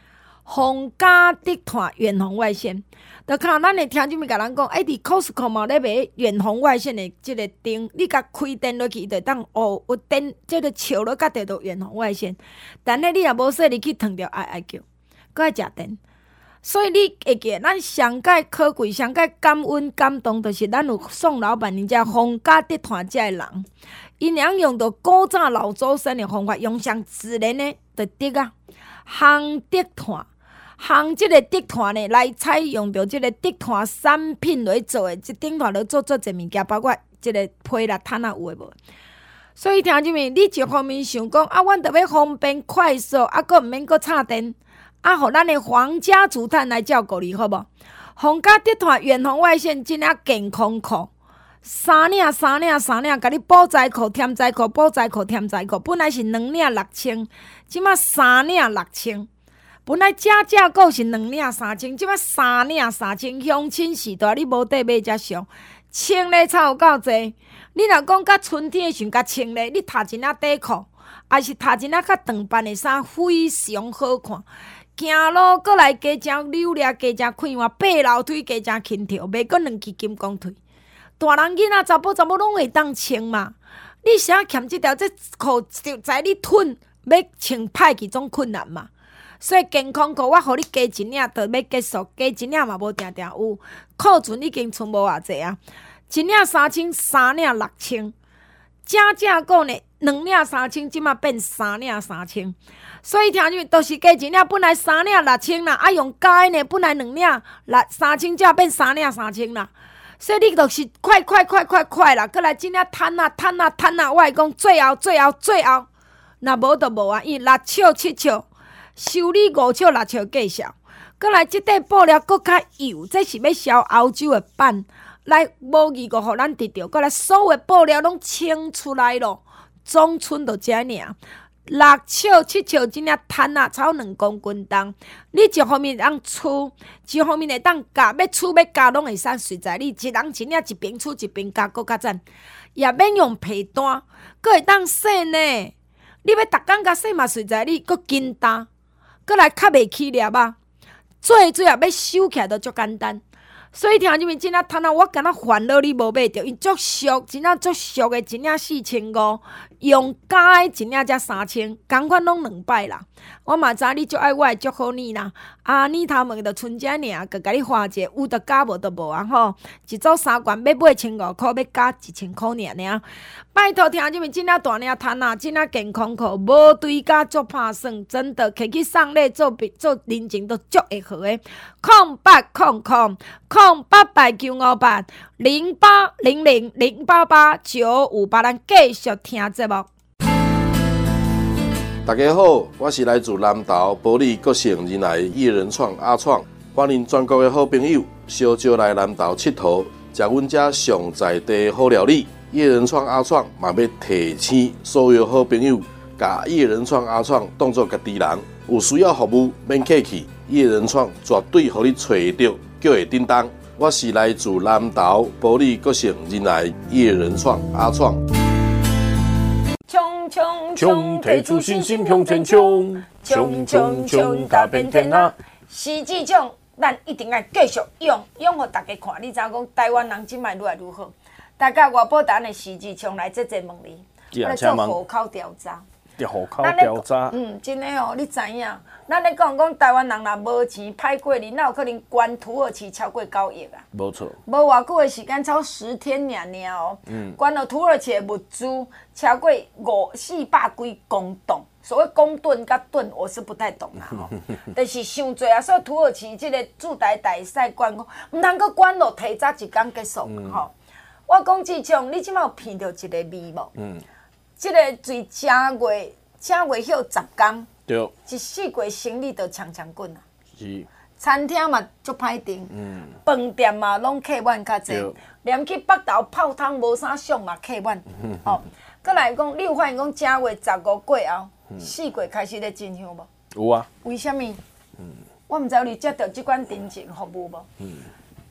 防假的团远红外线。就看咱的听众们甲咱讲，伫 Costco 嘛咧卖远红外线的即个灯，你甲开电落去，就当有电，即个笑落甲得到远红外线。但咧你若无说，你去烫着爱叫，搁爱食电。所以你会记，咱上界可贵、上界感恩感动，就是咱有宋老板人家防假的团遮的人，因会用到古早老祖先的方法，用上自然的竹啊，烘竹炭。烘即个竹炭呢，来采用着即个竹炭产品来做的，即顶头来做侪物件，包括即个批啦、炭啊有诶无？所以听众们，你一方面想讲啊，阮着要方便快速，啊，佫毋免佫插电，啊，互咱的皇家竹炭来照顾你，好无？皇家竹炭远红外线真啊健康裤。三领，甲你补材裤、添材裤、补材裤、添材裤，本来是2领6000，即马3领6000。本来价购是2领3000，即摆3领3000，乡亲时代你无得买才上，穿咧才有够济。你若讲甲春天想甲穿咧，你踏一领底裤，还是踏一领较长版的衫，非常好看。行路过来加正溜咧，加正快活，爬楼梯加正轻跳，袂过2支金刚腿。大人囡仔查甫拢会当穿嘛。你啥欠即条这裤，就知你臀要穿歹去总困难嘛。所以健康裤我互你加一领，就要结束，加一领嘛无定定有，库存已经剩无偌济啊。1领3000，3领6000，正购呢2领3000，即马变3领3000。所以听你都是加一领，本来3领6000啦，啊用加呢，本来2领3000，才变3领3000啦。所以你就是快啦，过来真正趁啊！我会讲最后，若无就无啊，伊6笑7笑。收你5笑6笑计数，过来即块布料搁较幼，这是要销欧洲的版，来无义个互咱得着，过来所有的布料拢清出来咯，总剩就遮尔，6笑7笑真正摊啊，超2公斤重。你一方面当厝，一方面会当夹，要厝要夹拢会使随在你一人一领一边厝一边夹，搁较赞，也免用被单，搁会当洗呢。你要逐工甲洗嘛随在你，搁紧担。过来较袂起粒啊，做水也要收起来都足简单。所以听入面真啊，摊啊，我敢若烦恼你无买着，因足俗，真啊足俗的，一领4500，用假的一领才3000，同款拢2摆啦。我嘛知你足爱我，足好你啦。啊，你头毛着剩遮尔，佮甲你花者，有着加无着无啊吼。一组3罐要买1500块，要加1000块尔。拜托听入面真啊大领摊啊，真啊健康裤，无对价足拍算，真的摕去送礼做人情都足会好诶。0800-958-0800-088-958，咱继续听节目。 大家好，我是来自南投保利国姓人来叶人创阿创，欢迎全国的好朋友小招来南投佚佗，食阮遮上在地好料理。叶人创阿创嘛要提醒所有好朋友，甲叶人创阿创当作家己人，有需要服务免客气，叶人创绝对互你找到，叫会叮当。我是来自南投保利国姓人来叶人创阿创。 冲，提出信心向前冲，冲，打遍天下。 时之冲，咱一定要继续用，互大家看。你知影讲台湾人即摆愈来愈好？大家外报咱的时之冲来问你，我来做户口调查。 户口调查。 真诶哦，你知影？咱咧讲台湾人若无钱歹过年，哪有可能关土耳其超过9亿啊？ 无错。 无偌久诶时间，超10天尔哦。关了土耳其诶物资超过400几公吨。所谓公吨甲吨，我是不太懂啦吼。但是伤济啊，所以土耳其即个驻台大使关讲，毋通阁关咯，提早1天结束吼。我讲志强，你即摆有闻到一个味无？即个最正月休10天， 对， 一4月生理就长滚啊。 是。 餐厅嘛足歹订，饭店嘛拢客满较济，连去北投泡汤无啥俗嘛客满。哦，搁来讲，你有发现讲正月15过后，4月开始咧进香无？ 有啊。 为什么？我毋知你接到即款人情服务无？都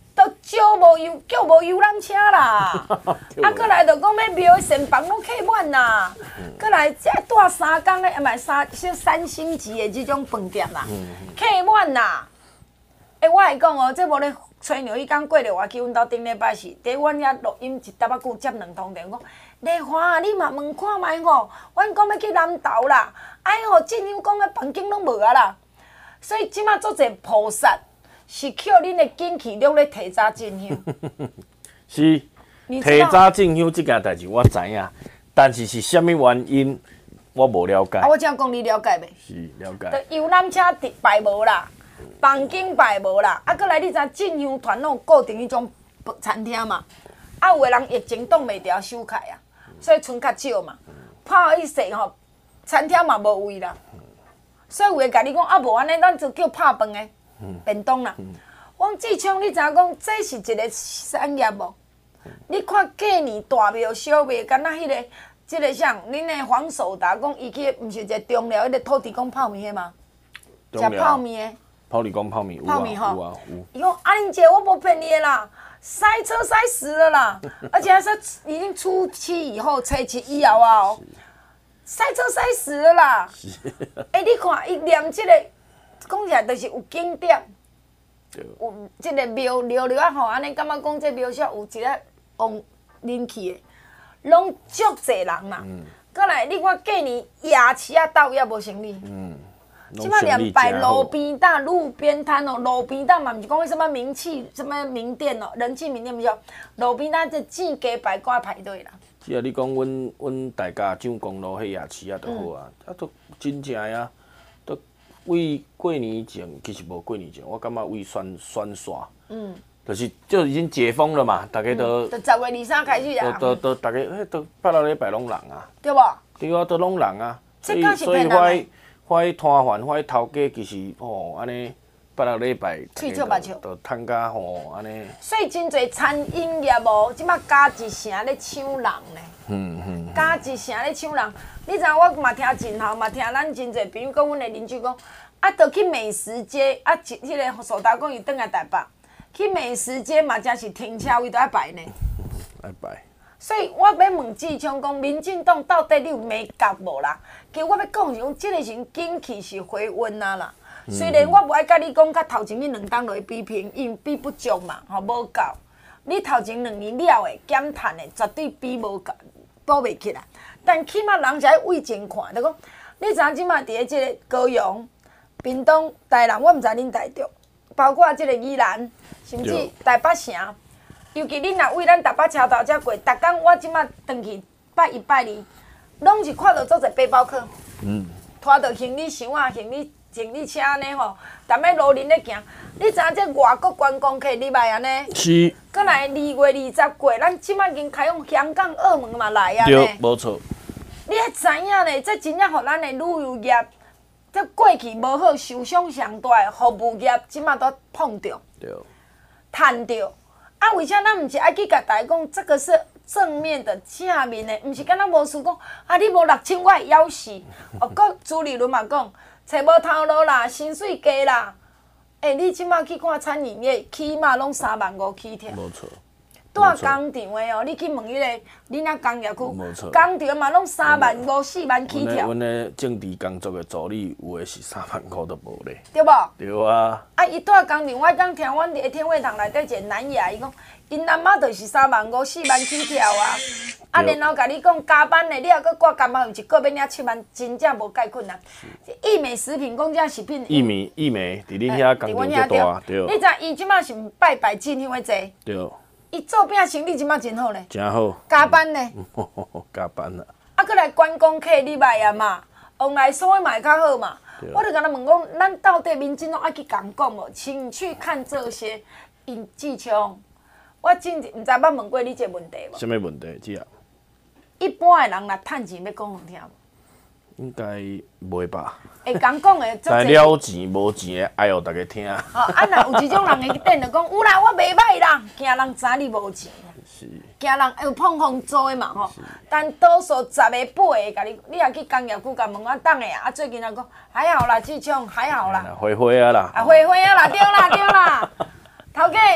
招无游叫无游览车啦，啊，过来就讲要庙的膳房拢客满啦，过来才住3天的，唔系3星级的这种饭店啦，客满啦。我来讲哦，这无咧吹牛，伊讲过了，我去阮兜顶礼拜是，伫阮遐录音一搭仔久接2通电话，讲丽华啊，你嘛问看觅吼，阮讲要去南投啦，吼进香港的房间拢无啊啦，所以即马做者菩萨是靠恁的景气力咧提早进香。 是提早进香这件代志我知影，但是是啥物原因我无了解。 我怎讲你了解未？ 是了解。 游览车排无啦。房间排无啦，啊，过来你知进香团拢固定迄种餐厅嘛，啊，有的人疫情挡袂牢收开啊，所以剩较少嘛。拍一世吼，餐厅嘛无位啦，所以有诶甲你讲啊，无安尼，咱就叫拍饭诶，便当啦。王志昌，你知影讲这是一个产业无？你看过年大庙小庙，敢若迄个，即个啥，恁诶黄守达讲伊去，毋是一个中寮迄个土地公泡面诶吗？食泡面诶。 泡你讲泡面， 泡面吼， 有。 伊讲啊，恁姐我无骗你的啦，塞车塞死了啦，而且还是已经初七以后、初七以后啊哦，塞车塞死了啦。你看伊念即个，讲起来就是有景点，有即个庙啊吼，安尼感觉讲这庙小有一个往人气的，拢足侪人啦。过来你看过年夜市啊倒也无生意。即摆连摆路边档、路边摊哦，路边档嘛，毋是讲什么名气、什么名店哦，人气名店毋是，路边档这正鸡排搁排队啦。 只啊，你讲阮大家上公路迄夜市啊，就好啊，都真正啊，都为过年前，其实无过年前，我感觉为宣煞，就已经解封了嘛，大家都 10月23开始啊， 都大家都拜六礼拜拢人啊， 对无？ 对啊，都拢人啊，所以迄摊贩、迄头家其实安尼拜六礼拜， 喙笑目笑， 都趁甲安尼。 所以真侪餐饮业哦，即摆加一城咧抢人呢。加一城咧抢人，你知影我嘛听真好，嘛听咱真侪朋友讲，阮的邻居讲，啊，着去美食街，啊，迄个苏达讲伊转来台北，去美食街嘛，真是停车位都爱排呢。 爱排。 所以我要问志昌讲，民进党到底你有美觉无啦？其实我要讲是讲，即个时景气是回温啊啦。虽然我无爱甲你讲，甲头前迄2档落去比拼，因比不足嘛，吼无够。你头前2年了的减碳的，绝对比无够，补袂起来。但起码人才为前看，就讲你知影即马伫咧即个高雄、屏东、台南，我毋知恁台中，包括即个宜兰，甚至台北城。尤其恁若为咱台北车头才过，逐工我即马转去拜1拜2，拢是看到做侪背包客，拖着行李箱啊、行李车安尼吼，踮咧路林咧行。你知影这外国观光客你袂安尼？ 是。 过来2月20过，咱即马已经开放香港、澳门嘛来啊。 对，无错。 你还知影呢？这真正互咱的旅游业，这过去无好受伤上大的服务业，即马都碰着，趁着。啊，为啥咱毋是爱去甲大家讲，这个是正面的、正面的，毋是敢若无事讲啊！你无6000，我会枵死。搁朱立伦嘛讲，找无头路啦，薪水低啦。你即马去看餐饮业，起码拢35000起跳。 无错。 住工厂的哦，你去问迄个恁遐工业区， 工厂嘛拢35000、40000起跳。 阮的政治工作的助理，有的是30000都无咧。 对无？ 对啊。 伊住工厂，我刚听阮伫天惠堂内底一个南亚，伊讲，因阿妈就是35000、40000起跳啊。然后甲你讲加班的，你若搁挂加班，一个月领7万，真正无介困难。益美食品讲这食品。益美，伫恁遐工厂最大，对。你知伊即马是拜进香的济？对。伊做饼生意即马真好咧，真好。加班呢？加班啦。搁来观光客你捌啊嘛？往来所以嘛会较好嘛。我就甲他问讲，咱到底民进党爱去讲讲无？请去看这些。志昌，我真毋知捌问过你这个问题无？什么问题？只啊？一般的人若趁钱要讲互听无？应该袂吧。会讲讲的，但了钱无钱的，爱互大家听。若有一种人会等着讲，有啦，我袂歹啦，惊人知你无钱。是。惊人有碰风做的嘛吼。但多数10个8个会甲你若去工业区甲问我当的啊，最近啊讲还好啦，志昌还好啦。灰灰啊啦。灰灰啊啦，对啦对啦。头家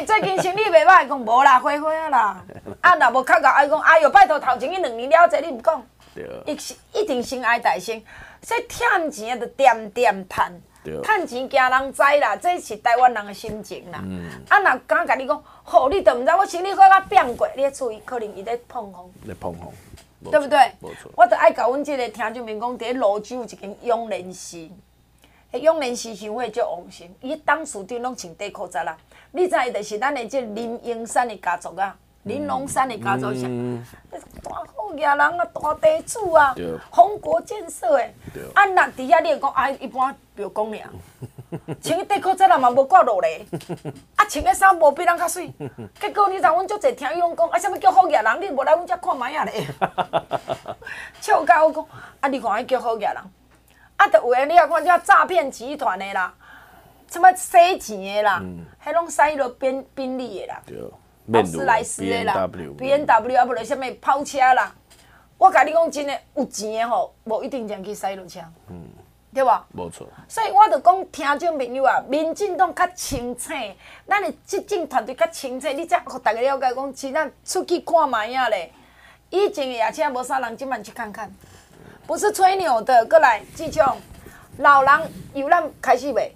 最近生理袂歹，讲无啦，花花啊啦。啊，若无较高，伊讲哎哟，拜托头前迄2年了解你毋讲，伊一定先爱大声。所以趁钱就点点趁，趁钱惊人知啦，这是台湾人的心情啦。啊，若敢甲你讲，吼，你都毋知我生理好甲变过，你注意，可能伊咧碰风。咧碰风。对不对？ 没错。 我就爱甲阮即个听众朋友讲，伫泸州有一间永联寺，迄永联寺乡会叫王神，伊董事长拢穿短裤仔啦。你知伊就是咱的即林英山的家族啊，林龙山的家族啥？大好野人啊，大地主啊，宏国建设的。啊，若伫遐你会讲，啊，一般就讲尔。穿迄短裤仔啦嘛无挂落来，啊穿迄衫无比人较水。结果你知阮足侪听伊拢讲，啊，啥物叫好野人？你无来阮遮看卖啊咧？笑甲我讲，啊，你看迄叫好野人，啊，就有诶，你啊看遮诈骗集团的啦，什么洗钱的啦，迄拢使落宾利的啦，劳斯莱斯的啦 ，BMW 啊，无就啥物跑车啦。我甲你讲真诶，有钱的吼，无一定将去驶落车。对吧？ 没错。 所以我就讲，听众朋友啊，民进党较清醒，咱的执政团队较清醒，你才互大家了解讲，是咱出去看卖啊咧。以前的夜车无啥人，今晚去看看，不是吹牛的。过来，志强，老人游览开始未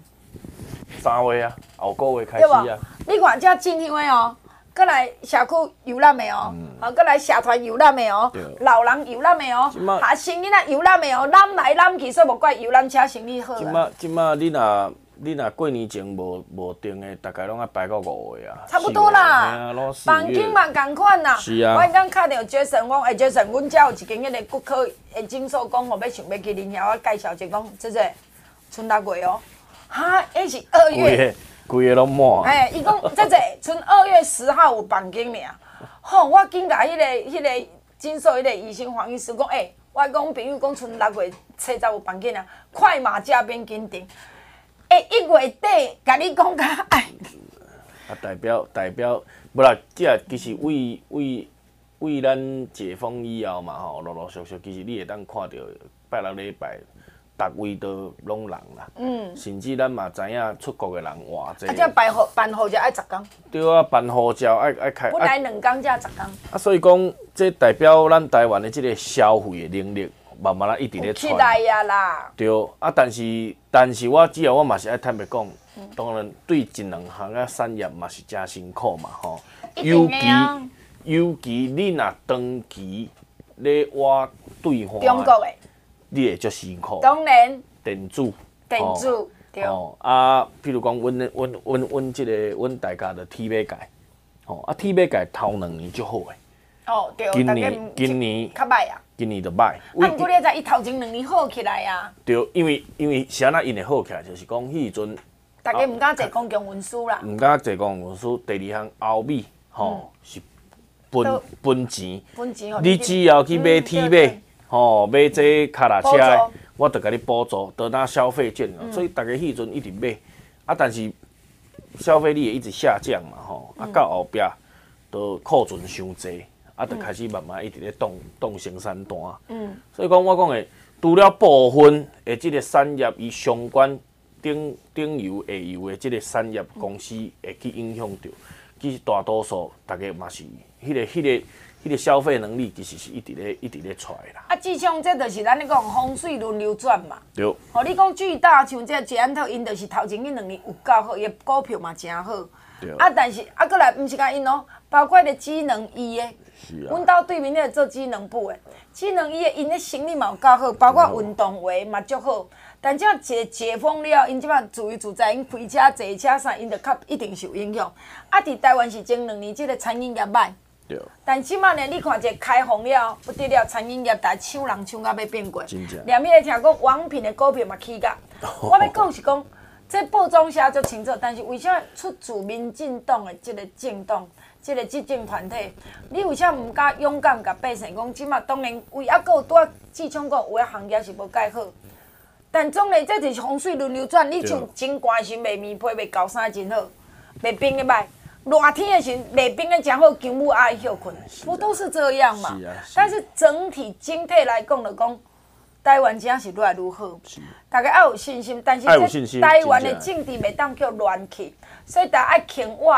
？3月啊，后个月开始啊。 你看这真香的哦。过来社区游览的哦，过来社团游览的哦，老人游览的哦，学生囡仔游览的哦，揽来揽去，所以无怪游览车生意好啦。 即马你若过年前无订的，大概拢要排到5月啊。 差不多啦，房间嘛共款啦。 是啊。 我刚敲着 Jason 讲，Jason， 阮遮有一间迄个骨科的诊所，讲我要想要去恁遐，我介绍一讲，这剩6月哦，哈，迄是2月。 规个拢满。 伊讲这剩2月10号有房间尔。吼，我紧甲迄个诊所迄个医生黄医师讲，我讲朋友讲剩6月初10有房间啊，快马加鞭紧订。1月底甲你讲甲啊，代表，无啦，其实为咱解封以后嘛吼，陆陆续续，其实你会当看到拜6礼拜。逐位都拢人啦，甚至咱嘛知影出国的人偌济。 这办护照爱10天。 对啊，办护照爱开。 本来2天才10天。 啊，所以讲，这代表咱台湾的这个消费的能力，慢慢一直咧起来呀啦。 对，啊，但是我只要我嘛是爱坦白讲，当然对一两项啊产业嘛是真辛苦嘛吼。尤其你若长期咧挖兑换。 中国的。 你会足辛苦。 当然。 电子。 对。 啊，譬如讲，阮即个阮大家的 T 马界，T 马界头2年足好诶。 对。 今年较歹啊。 今年就歹。 啊，不过你知伊头前2年好起来啊。 对，因为是安那因会好起来，就是讲迄时阵。 大家毋敢坐公共运输啦。 毋敢坐公共运输，第2项欧米是分钱。 分钱你只要去买 T 马。买这卡拉车的，我就甲你补助，就拿消费券，所以大家迄阵一直买，啊，但是消费力会一直下降嘛，啊，到后壁都库存伤济，啊，就开始慢慢一直咧动生产单，所以讲我讲的，除了部分的即个产业与相关顶游下游的即个产业公司会去影响到，其实大多数大家嘛是迄个消费能力其实是一直咧出来啦。 啊，志强，这就是咱咧讲风水轮流转嘛。 对。 吼，你讲巨大像这捷安特，因就是头前迄2年有够好，伊股票嘛真好。 对。 啊，但是过来，毋是甲因哦，包括咧机能医的。 是啊。 阮兜对面咧做机能部的，机能医的因咧生意嘛有够好，包括运动鞋嘛足好。但只要解封了，因即摆自由自在，因开车、坐车啥，因就较一定受影响。啊，伫台湾是前2年，即个餐饮业歹。但即摆呢，你看者开放了，不得了，餐饮业大抢人抢到要变过。连迄个听讲王品的股票嘛起价。我要讲是讲，这报章写足清楚，但是为啥出自民进党的即个政党、即个执政团体，你为啥毋敢勇敢甲百姓讲？即摆当然为还佫有拄仔志强讲，有诶行业是无介好。但总嘞，这就是风水轮流转。你像真关心卖棉被、卖高衫真好，卖冰的歹。热天的时卖冰的真好，姜母爱休困，不都是这样嘛？但是整体整体来讲就讲，台湾真是愈来愈好，大家要有信心。但是这台湾的政治袂当叫乱去，所以大家爱肯活来，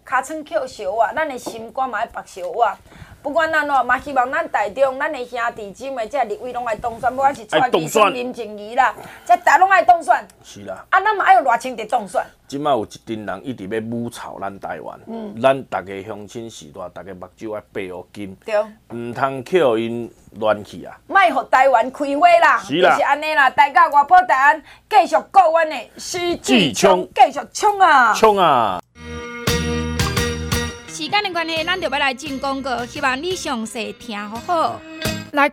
尻川捡小我，咱的心肝嘛要拔小我。不管咱哦，嘛希望咱台中咱的兄弟姊妹，这立委拢爱当选，不管是蔡其昌、林静怡啦，这大拢爱当选。 是啦。 啊，咱嘛爱有偌清的当选。 即摆有一群人一直要污臭咱台湾，咱大家乡亲时代，大家目睭要白乌金， 对， 唔通捡因乱去啊！ 莫互台湾开花啦， 是啦， 就是安尼啦。大家外埔台湾继续顾阮的徐志昌，继续冲啊！ 冲啊！ 时间的关系，咱就要来进广告，希望你详细听好好。 来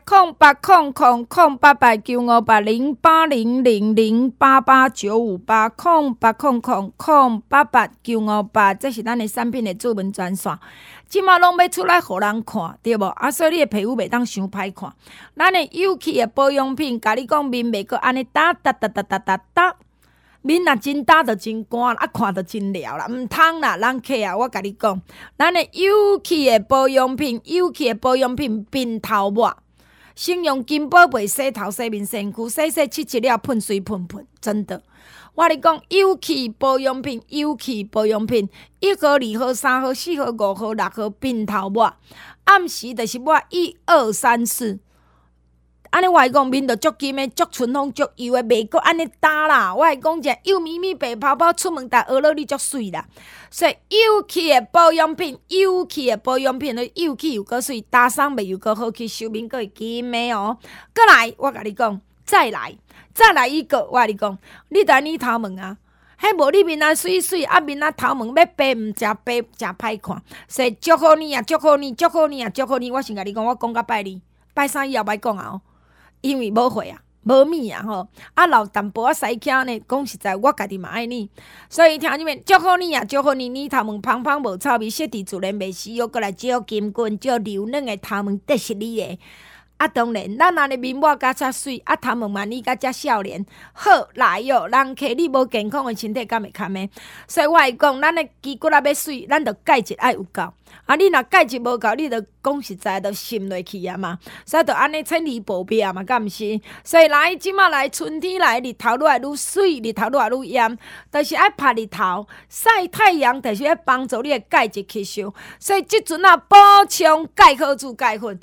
0800-088-958088958，这是咱的产品的主文专线。即马拢要出来互人看，对无？啊，所以你的皮肤袂当伤歹看。咱的有气的保养品，甲你讲面袂阁安尼打。面若真打就真干，啊看就真了啦，毋通啦，人客啊！我甲你讲，咱的有气的保养品，鬢头抹，先用金宝贝洗头、洗面、身躯，洗七了，喷水喷，真的。我跟你讲，有气保养品，1号、2号、3号、4号、5号、6号，鬢头抹，暗时就是抹1、2、3、4。安尼我讲面就足金的、足春风、足油的，袂阁安尼打啦。我讲者油咪咪白泡泡出门，但学了你足水啦。所以有气的保养品，有气又阁水，打霜袂又阁好去，收面阁会金的哦。过来，我甲你讲，再来一个，我甲你讲，你在你头毛啊，迄无你面啊水水，啊面啊头毛要白毋食白，真歹看。所以祝福你，我先甲你讲，我讲到拜二、拜三以后莫讲啊哦。因为无货啊，无米啊吼，啊老淡薄仔西囝呢，讲实在，我家己嘛爱你，所以听你们祝福你，你头毛芳芳无臭味，色地自然袂死，又过来照金棍，照柔软的头毛，得是你的。啊，当然，咱安尼面抹甲遮水，啊头毛嘛你甲遮少年，好来哟，人客你无健康的身体，敢会堪的？所以我会讲，咱的肌骨啊要水，咱着钙质爱有够。啊，你若钙质无够，你着讲实在，着渗落去啊嘛，所以着安尼千里保庇啊嘛，敢毋是？所以来即马来春天来，日头愈来愈水，日头愈来愈炎，就是爱晒日头，晒太阳，就是要帮助你的钙质吸收。所以即阵啊，补充钙壳助钙粉，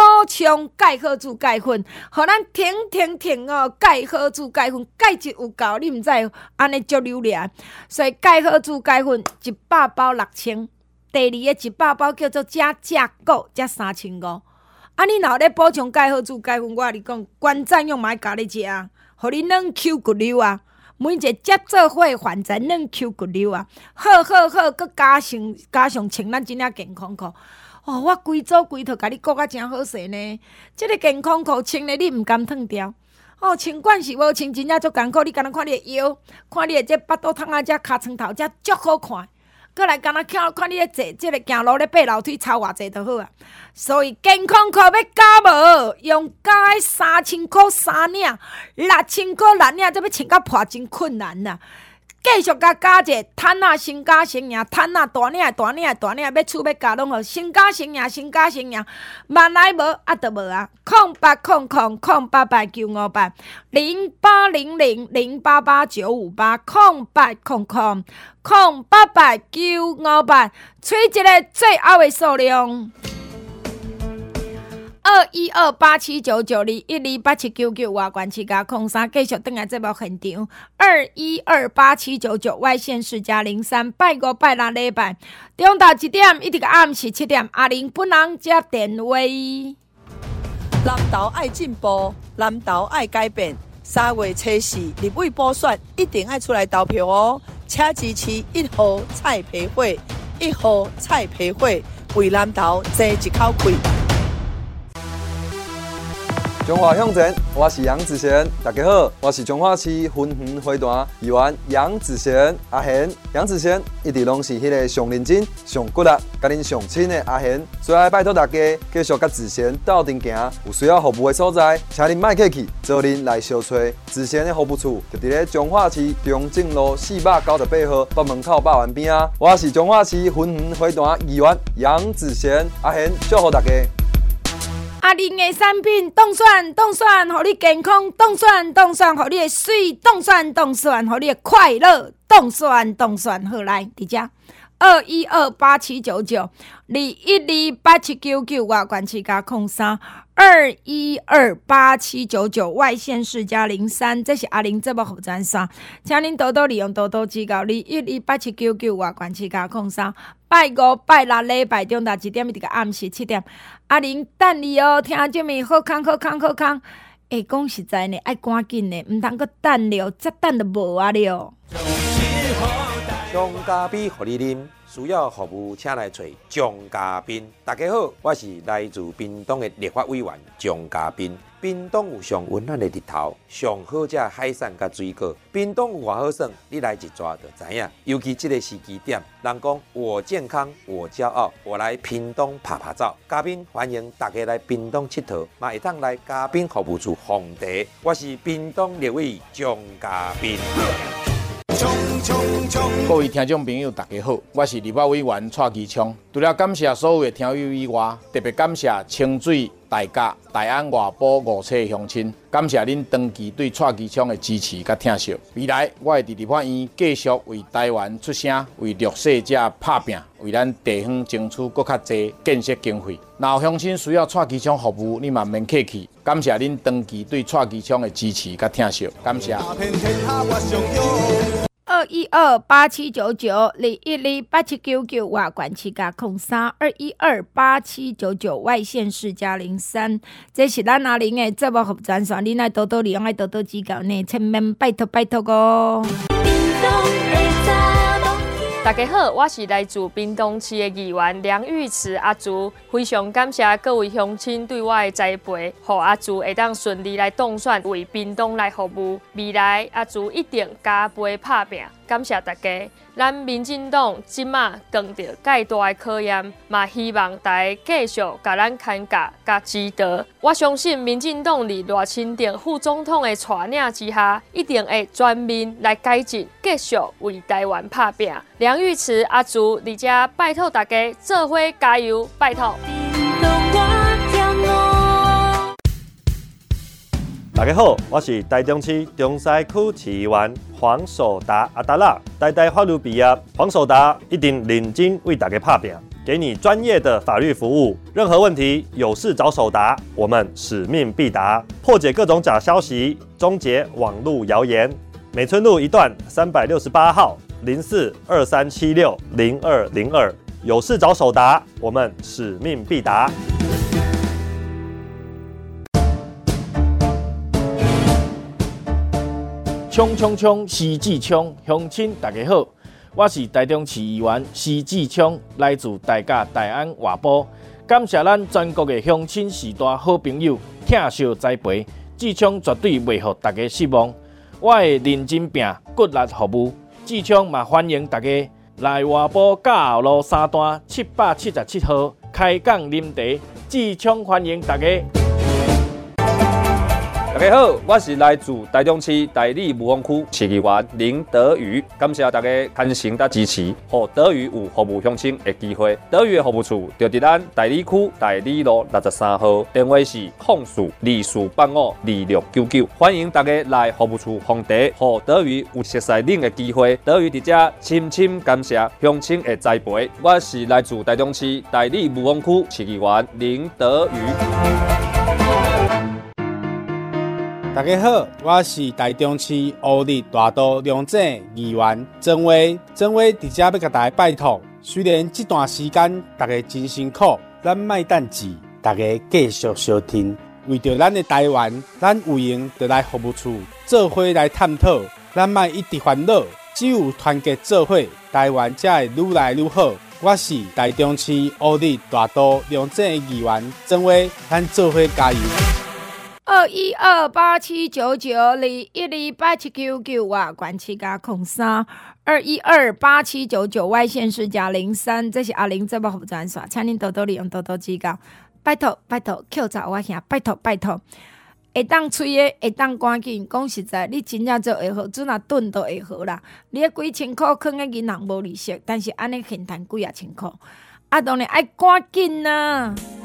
互咱停哦，钙壳助钙粉，钙质有够，你毋知安尼足流咧。所以钙壳助钙粉100包6000。第二个100包叫做加购，才3500。啊，你若有咧补充钙好助钙粉，我甲你讲，关赞用买甲你食啊，互你软 Q 骨溜啊，每一个接做伙还在软 Q 骨溜啊，好，佮加上穿咱真正健康裤。哦，我规组规套甲你顾甲真好势呢。即个健康裤穿咧，你毋甘脱掉。哦，穿惯是无穿，真正足艰苦。你敢若看你的腰，看你的这巴肚桶啊，这尻川头，这足好看。过来，敢若看你咧坐，即个行路咧爬楼梯，操偌济就好啊。所以健康裤要加无，用加3000块3领，6000块6领，这要穿甲破真困难呐。继续加者，摊啊先加先赢，摊啊大领，要厝要加拢好，先加先赢，万来无啊就无啊！0800-088-958，0800-088-958，0800-088-958，吹一个最后的数量。212879921287999外关市加03，继续登来节目现场。2128799外县市加03，拜5拜6礼拜，中昼1点一直到暗时7点，阿玲本人接电话。 南投爱进步，南投爱改变。3月初4立委补选一定爱出来投票哦！请支持1號蔡培慧，1號蔡培慧为南投争一口气。 中华向前，我是杨子贤，大家好，我是彰化市云园花坛议员杨子贤阿贤。杨子贤一直拢是迄个上认真、上骨力、甲恁上亲的阿贤，所以爱拜托大家继续甲子贤斗阵行，有需要服务的所在，请恁莫客气，找恁来相找。子贤的服务处就伫咧彰化市中正路498号北门口百元边啊。我是彰化市云园花坛议员杨子贤阿贤，祝福大家。 阿玲的产品当选，互你健康；当选，互你的水；当选，互你的快乐；当选，好来，伫遮 212879921287799外管期加03，2128799外县市加03，这是阿玲节目服务专线，请您多多利用，多多指教。2128799外管期加03，拜五、拜六、礼拜中到1点，一直到暗时7点，阿玲等你哦，听众们好康。讲实在呢，爱赶紧呢，唔通阁等了，再等就无啊了。 将咖啡互你啉，需要服务请来找将咖啡。大家好，我是来自屏东的立法委员将咖啡。屏东有上温暖的日头，上好食海产甲水果。屏东有偌好耍，你来一抓就知影。尤其这个时机点，人讲我健康我骄傲，我来屏东拍拍照。嘉宾欢迎大家来屏东佚佗，嘛会当来嘉宾服务处奉茶。我是屏东立委将嘉宾。 各位听众朋友，大家好，我是立法委员蔡其昌。除了感谢所有的听友以外，特别感谢清水、大甲、大安、外埔5处的乡亲，感谢恁长期对蔡其昌的支持甲疼惜。未来我会伫立法院继续为台湾出声，为弱势者拍拼，为咱地方争取更较侪建设经费。若有乡亲需要蔡其昌服务，你嘛免客气。感谢恁长期对蔡其昌的支持甲疼惜，感谢。 212879921287799外管期加03，2128799外县市加03，这是咱阿玲的节目服务专线，你爱多多利用，爱多多指教呢，千万拜托哦。 大家好，我是来自屏东市的议员梁玉慈阿朱，非常感谢各位乡亲对我的栽培，让阿朱会当顺利来当选为屏东来服务。未来阿朱一定加倍拍拼，感谢大家。咱民进党即马扛着介大的考验，嘛希望大家继续甲咱牵架甲指导。我相信民进党伫赖清德副总统的带领之下，一定会全面来改进，继续为台湾拍拼。梁玉慈阿朱伫遮拜托大家做伙加油，拜托。 大家好，我是台中市中西区市议员黄守达阿达拉，台大法律毕业，黄守达一定认真为大家拍拼，给你专业的法律服务。任何问题有事找守达，我们使命必达，破解各种假消息，终结网络谣言。美村路一段368号0423760202，有事找守达，我们使命必达。 冲冲冲！施志昌，乡亲大家好，我是台中市议员施志昌，来自大甲、大安、外埔，感谢咱全国的乡亲时代好朋友疼惜栽培，志昌绝对袂互大家失望。我会认真拼，骨力服务。志昌嘛欢迎大家来外埔嘉后路3段777号开讲啉茶，志昌欢迎大家。 大家好，我是来自台中市大里武丰区市议员林德宇，感谢大家牵诚甲支持，让德宇有服务乡亲的机会。德宇的服务处就伫咱大里区大里路63号，电话是0484852699，欢迎大家来服务处奉茶，让德宇有熟悉恁的机会。德宇伫遮深深感谢乡亲的栽培。我是来自台中市大里武丰区市议员林德宇。 大家好，我是台中市乌日大道龙井议员曾威。曾威伫遮要甲大家拜托，虽然这段时间大家真辛苦，咱莫等志，大家继续相挺，为着咱的台湾，咱有闲就来服务处做伙来探讨，咱莫一直烦恼，只有团结做伙，台湾才会愈来愈好。我是台中市乌日大道龙井议员曾威，咱做伙加油。 212879921287799外管期加03，2128799外县市加03，这是阿玲节目服务专线，请您多多利用，多多指教，拜托拜托，扣查我兄，拜托拜托，会当催的，会当赶紧。讲实在，你真正做会好，准啊顿都会好啦。你迄几千块囥个银行无利息，但是安尼现赚几啊千块，啊当然爱赶紧啊。